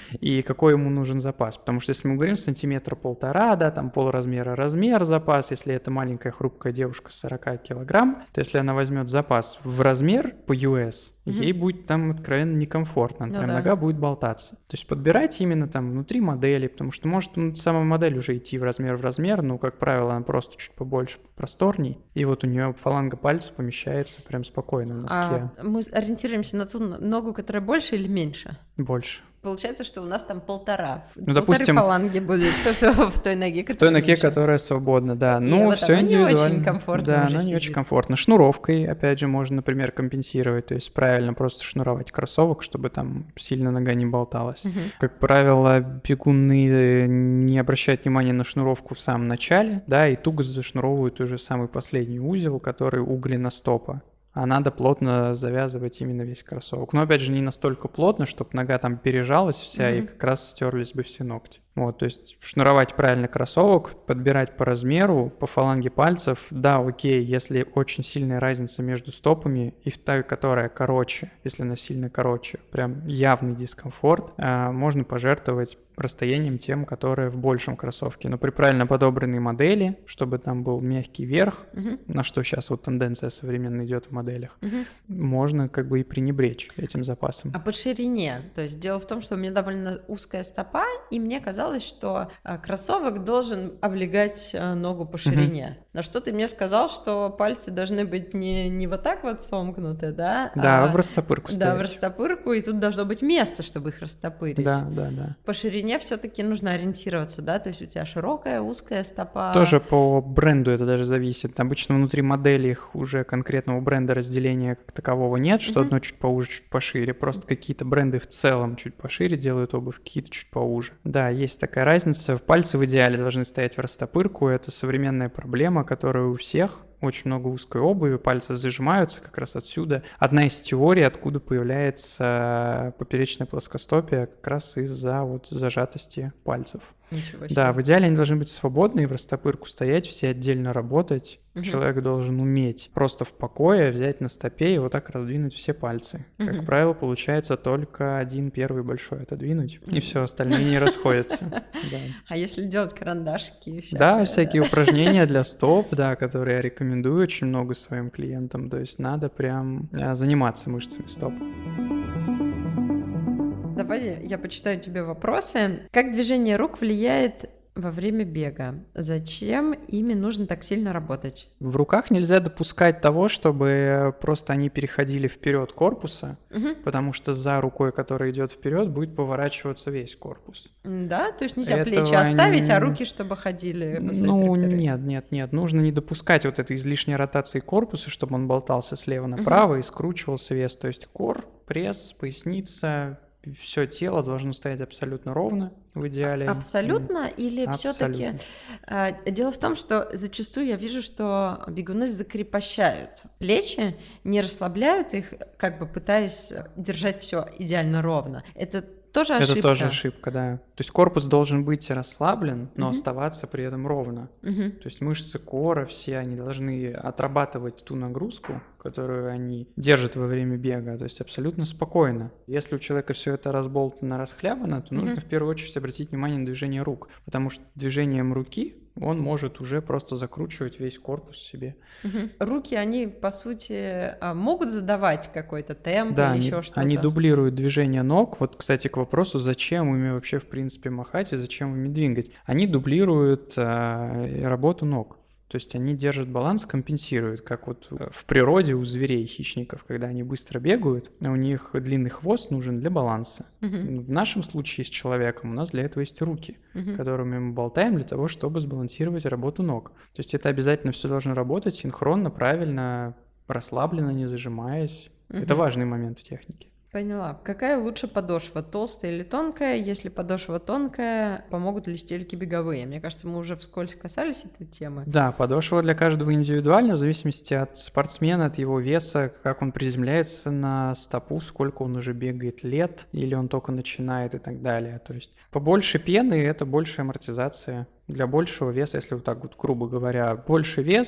и какой ему нужен запас. Потому что если мы говорим сантиметра 1,5, да, там полразмера размер запас, если это маленькая хрупкая девушка с 40 килограмм, то если она возьмет запас в размер по US, ей будет там откровенно некомфортно, нога будет болтаться. То есть подбирать именно там внутри модели, потому что может сама модель уже идти в размер, но, как правило, она просто чуть побольше, просторней, и вот у нее фаланга пальца помещается прям спокойно в носке. Мы ориентируемся на ту ногу, которая больше или меньше? Больше. Получается, что у нас там 1,5. Ну, допустим, фаланги будет в той ноге, которая в той ноге, которая свободна, да. Ну, все индивидуально. Не очень комфортно. Да, она не очень комфортно. Шнуровкой, опять же, можно, например, компенсировать, то есть правильно просто шнуровать кроссовок, чтобы там сильно нога не болталась. Как правило, бегуны не обращают внимания на шнуровку в самом начале, да, и туго зашнуровывают уже самый последний узел, который у голеностопа. А надо плотно завязывать именно весь кроссовок. Но, опять же, не настолько плотно, чтобы нога там пережалась вся, и как раз стерлись бы все ногти. Вот, то есть шнуровать правильно кроссовок, подбирать по размеру, по фаланге пальцев. Да, окей, если очень сильная разница между стопами и в той, которая короче, если она сильно короче, прям явный дискомфорт, можно пожертвовать расстоянием тем, которые в большем кроссовке. Но при правильно подобранной модели, чтобы там был мягкий верх, на что сейчас вот тенденция современная идет в моделях, можно как бы и пренебречь этим запасом. А по ширине? То есть дело в том, что у меня довольно узкая стопа, и мне казалось, что кроссовок должен облегать ногу по ширине. На что ты мне сказал, что пальцы должны быть не вот так вот сомкнуты, да? Да, в растопырку стоять. Да, в растопырку, и тут должно быть место, чтобы их растопырить. Да. По ширине все-таки нужно ориентироваться, да? То есть у тебя широкая, узкая стопа. Тоже по бренду это даже зависит. Обычно внутри модели их уже конкретного бренда разделения как такового нет, что одно чуть поуже, чуть пошире. Просто какие-то бренды в целом чуть пошире делают обувь, какие-то чуть поуже. Да, есть такая разница. Пальцы в идеале должны стоять в растопырку. Это современная проблема, которая у всех. Очень много узкой обуви, пальцы зажимаются как раз отсюда. Одна из теорий, откуда появляется поперечное плоскостопие, как раз из-за вот зажатости пальцев. Ничего себе. Да, в идеале они должны быть свободны, в растопырку стоять, все отдельно работать. Человек должен уметь просто в покое взять на стопе и вот так раздвинуть все пальцы. Как правило, получается только один первый большой отодвинуть, и все остальные не расходятся. А если делать карандашики и всякое? Да, всякие упражнения для стоп, да, которые я рекомендую очень много своим клиентам. То есть надо прям заниматься мышцами стоп. Давай я почитаю тебе вопросы. Как движение рук влияет во время бега? Зачем ими нужно так сильно работать? В руках нельзя допускать того, чтобы просто они переходили вперед корпуса, потому что за рукой, которая идет вперед, будет поворачиваться весь корпус. Да? То есть нельзя плечи оставить, а руки чтобы ходили по своей траектории? Нет. Нужно не допускать вот этой излишней ротации корпуса, чтобы он болтался слева направо и скручивался вес. То есть кор, пресс, поясница... Все тело должно стоять абсолютно ровно в идеале. Абсолютно или все-таки? Дело в том, что зачастую я вижу, что бегуны закрепощают плечи, не расслабляют их, как бы пытаясь держать все идеально ровно. Это тоже ошибка. Это тоже ошибка, да. То есть корпус должен быть расслаблен, но оставаться при этом ровно. То есть мышцы кора все, они должны отрабатывать ту нагрузку, которую они держат во время бега, то есть абсолютно спокойно. Если у человека все это разболтано, расхлябано, то нужно в первую очередь обратить внимание на движение рук, потому что движением руки он может уже просто закручивать весь корпус себе. Руки, они, по сути, могут задавать какой-то темп или еще что-то? Они дублируют движение ног. Вот, кстати, к вопросу, зачем ими вообще, в принципе, махать и зачем ими двигать. Они дублируют работу ног. То есть они держат баланс, компенсируют, как вот в природе у зверей, хищников, когда они быстро бегают, у них длинный хвост нужен для баланса. В нашем случае с человеком у нас для этого есть руки, которыми мы болтаем для того, чтобы сбалансировать работу ног. То есть это обязательно все должно работать синхронно, правильно, расслабленно, не зажимаясь. Это важный момент в технике. Поняла. Какая лучше подошва, толстая или тонкая? Если подошва тонкая, помогут ли стельки беговые? Мне кажется, мы уже вскользь касались этой темы. Да, подошва для каждого индивидуально, в зависимости от спортсмена, от его веса, как он приземляется на стопу, сколько он уже бегает лет, или он только начинает и так далее. То есть побольше пены — это больше амортизация. Для большего веса, если вот так вот грубо говоря, больше вес,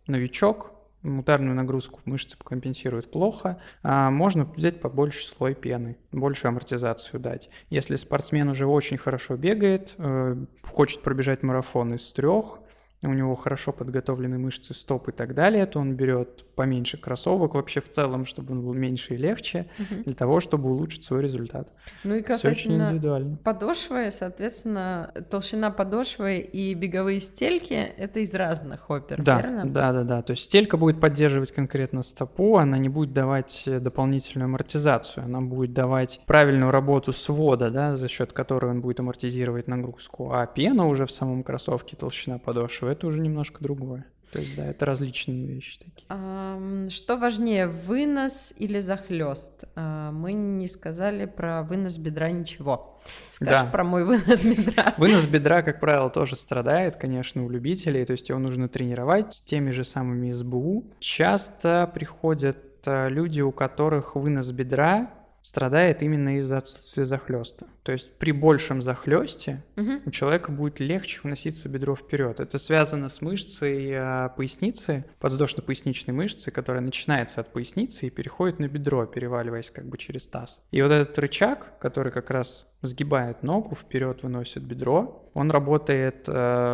новичок, ударную нагрузку мышцы компенсирует плохо, можно взять побольше слой пены, больше амортизацию дать. Если спортсмен уже очень хорошо бегает, хочет пробежать марафон из 3, у него хорошо подготовлены мышцы стоп и так далее, то он берет поменьше кроссовок вообще в целом, чтобы он был меньше и легче, для того, чтобы улучшить свой результат. Ну и Все очень индивидуально. Подошвы, соответственно, толщина подошвы и беговые стельки — это из разных опер, верно? Да. То есть стелька будет поддерживать конкретно стопу, она не будет давать дополнительную амортизацию, она будет давать правильную работу свода, да, за счет которой он будет амортизировать нагрузку. А пена уже в самом кроссовке, толщина подошвы, это уже немножко другое. То есть, да, это различные вещи такие. Что важнее, вынос или захлёст? Мы не сказали про вынос бедра ничего. Скажешь про мой вынос бедра? Вынос бедра, как правило, тоже страдает, конечно, у любителей, то есть его нужно тренировать с теми же самыми СБУ. Часто приходят люди, у которых вынос бедра страдает именно из-за отсутствия захлёста. То есть при большем захлёсте у человека будет легче выноситься бедро вперед. Это связано с мышцей поясницы, подвздошно-поясничной мышцы, которая начинается от поясницы и переходит на бедро, переваливаясь как бы через таз. И вот этот рычаг, который как раз сгибает ногу, вперед выносит бедро, он работает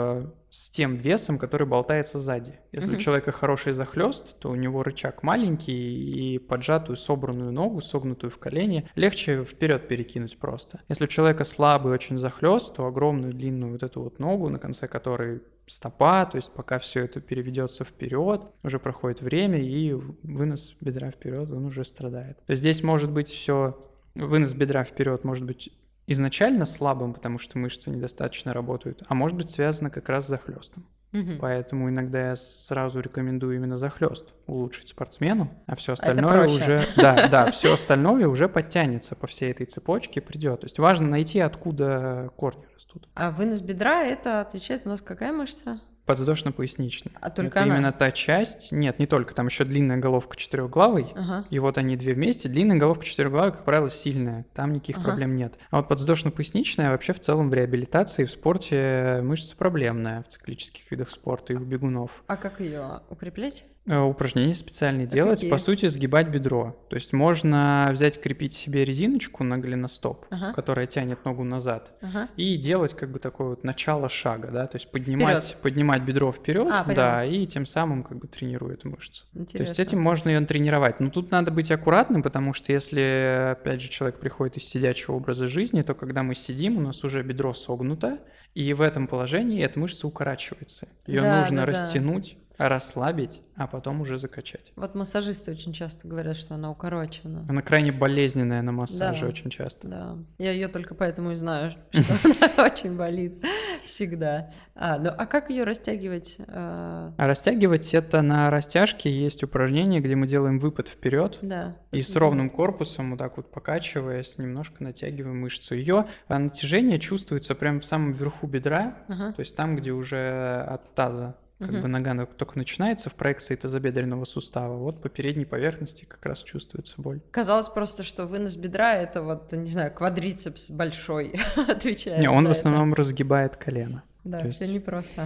с тем весом, который болтается сзади. Если у человека хороший захлёст, то у него рычаг маленький, и поджатую собранную ногу, согнутую в колени, легче вперед перекинуть просто. Если у человека слабый очень захлёст, то огромную длинную вот эту вот ногу, на конце которой стопа, то есть пока все это переведется вперед, уже проходит время, и вынос бедра вперед, он уже страдает. То есть здесь может быть все, вынос бедра вперед может быть изначально слабым, потому что мышцы недостаточно работают, а может быть связано как раз с захлёстом. Поэтому иногда я сразу рекомендую именно захлёст улучшить спортсмену, а все остальное уже, все остальное уже подтянется по всей этой цепочке, придет. То есть важно найти, откуда корни растут. А вынос бедра — это отвечает у нас какая мышца? Подвздошно-поясничная. А только это она? Именно та часть. Нет, не только. Там еще длинная головка четырехглавой. И вот они две вместе. Длинная головка четырехглавой, как правило, сильная. Там никаких проблем нет. А вот подвздошно-поясничная вообще в целом в реабилитации, в спорте мышца проблемная в циклических видах спорта и у бегунов. А как ее укреплять? Упражнения специальные делать, какие? По сути, сгибать бедро. То есть можно взять, крепить себе резиночку на голеностоп, которая тянет ногу назад, и делать как бы такое вот начало шага, да, то есть поднимать бедро вперед, и тем самым как бы тренирует мышцу. Интересно. То есть этим можно ее тренировать. Но тут надо быть аккуратным, потому что если, опять же, человек приходит из сидячего образа жизни, то когда мы сидим, у нас уже бедро согнуто, и в этом положении эта мышца укорачивается. Ее нужно растянуть, расслабить, а потом уже закачать. Вот массажисты очень часто говорят, что она укорочена. Она крайне болезненная на массаже очень часто. Да, я ее только поэтому и знаю, что она очень болит всегда. А как ее растягивать? Растягивать — это на растяжке есть упражнение, где мы делаем выпад вперед, и с ровным корпусом, вот так вот покачиваясь, немножко натягиваем мышцу. Ее натяжение чувствуется прямо в самом верху бедра, то есть там, где уже от таза как бы нога только начинается в проекции тазобедренного сустава, вот по передней поверхности как раз чувствуется боль. Казалось просто, что вынос бедра — это вот, не знаю, квадрицепс большой отвечает. Не, он в основном разгибает колено. Да, все непросто.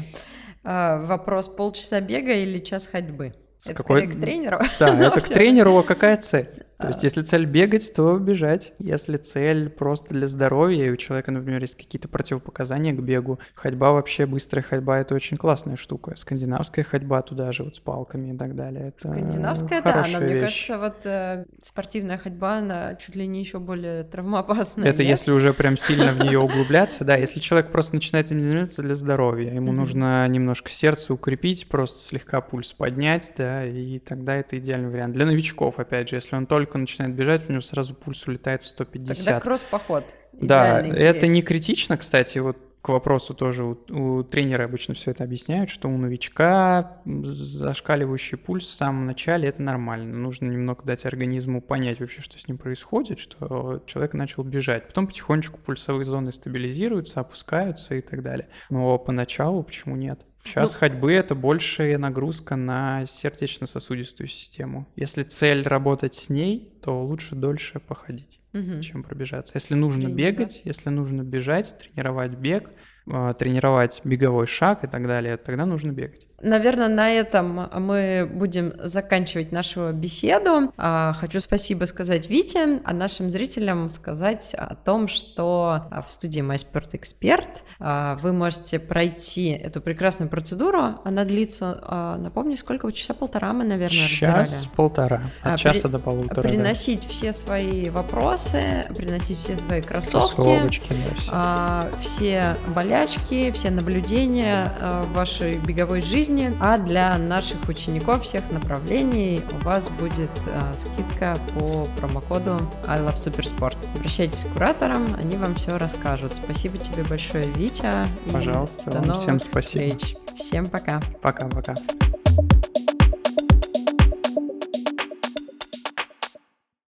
Вопрос: полчаса бега или час ходьбы? Это скорее к тренеру? Да, это к тренеру, а какая цель? То есть, если цель бегать, то бежать. Если цель просто для здоровья, и у человека, например, есть какие-то противопоказания к бегу, ходьба вообще, быстрая ходьба — это очень классная штука. Скандинавская ходьба туда же, вот с палками и так далее. Это скандинавская, да, но мне кажется, вот спортивная ходьба, она чуть ли не еще более травмоопасная. Это если уже прям сильно в нее углубляться, да. Если человек просто начинает этим заниматься для здоровья, ему нужно немножко сердце укрепить, просто слегка пульс поднять, да, и тогда это идеальный вариант. Для новичков, опять же, если он только начинает бежать, у него сразу пульс улетает в 150. Тогда кросс-поход. Да, это не критично, кстати, вот к вопросу тоже у тренера обычно все это объясняют, что у новичка зашкаливающий пульс в самом начале — это нормально. Нужно немного дать организму понять вообще, что с ним происходит, что человек начал бежать. Потом потихонечку пульсовые зоны стабилизируются, опускаются и так далее. Но поначалу почему нет? Час ходьбы — это большая нагрузка на сердечно-сосудистую систему. Если цель работать с ней, то лучше дольше походить, чем пробежаться. Если нужно бегать, если нужно бежать, тренировать бег, тренировать беговой шаг и так далее, тогда нужно бегать. Наверное, на этом мы будем заканчивать нашу беседу. Хочу спасибо сказать Вите, а нашим зрителям сказать о том, что в студии MySportExpert вы можете пройти эту прекрасную процедуру. Она длится, напомню, сколько? Часа полтора мы, наверное, разбирали. Час-полтора, от часа до полутора. Приносить все свои вопросы, приносить все свои кроссовочки, все болячки, все наблюдения в вашей беговой жизни. А для наших учеников всех направлений у вас будет скидка по промокоду I Love Supersport. Обращайтесь к кураторам, они вам все расскажут. Спасибо тебе большое, Витя. Пожалуйста, вам всем спасибо. Всем пока. Пока-пока.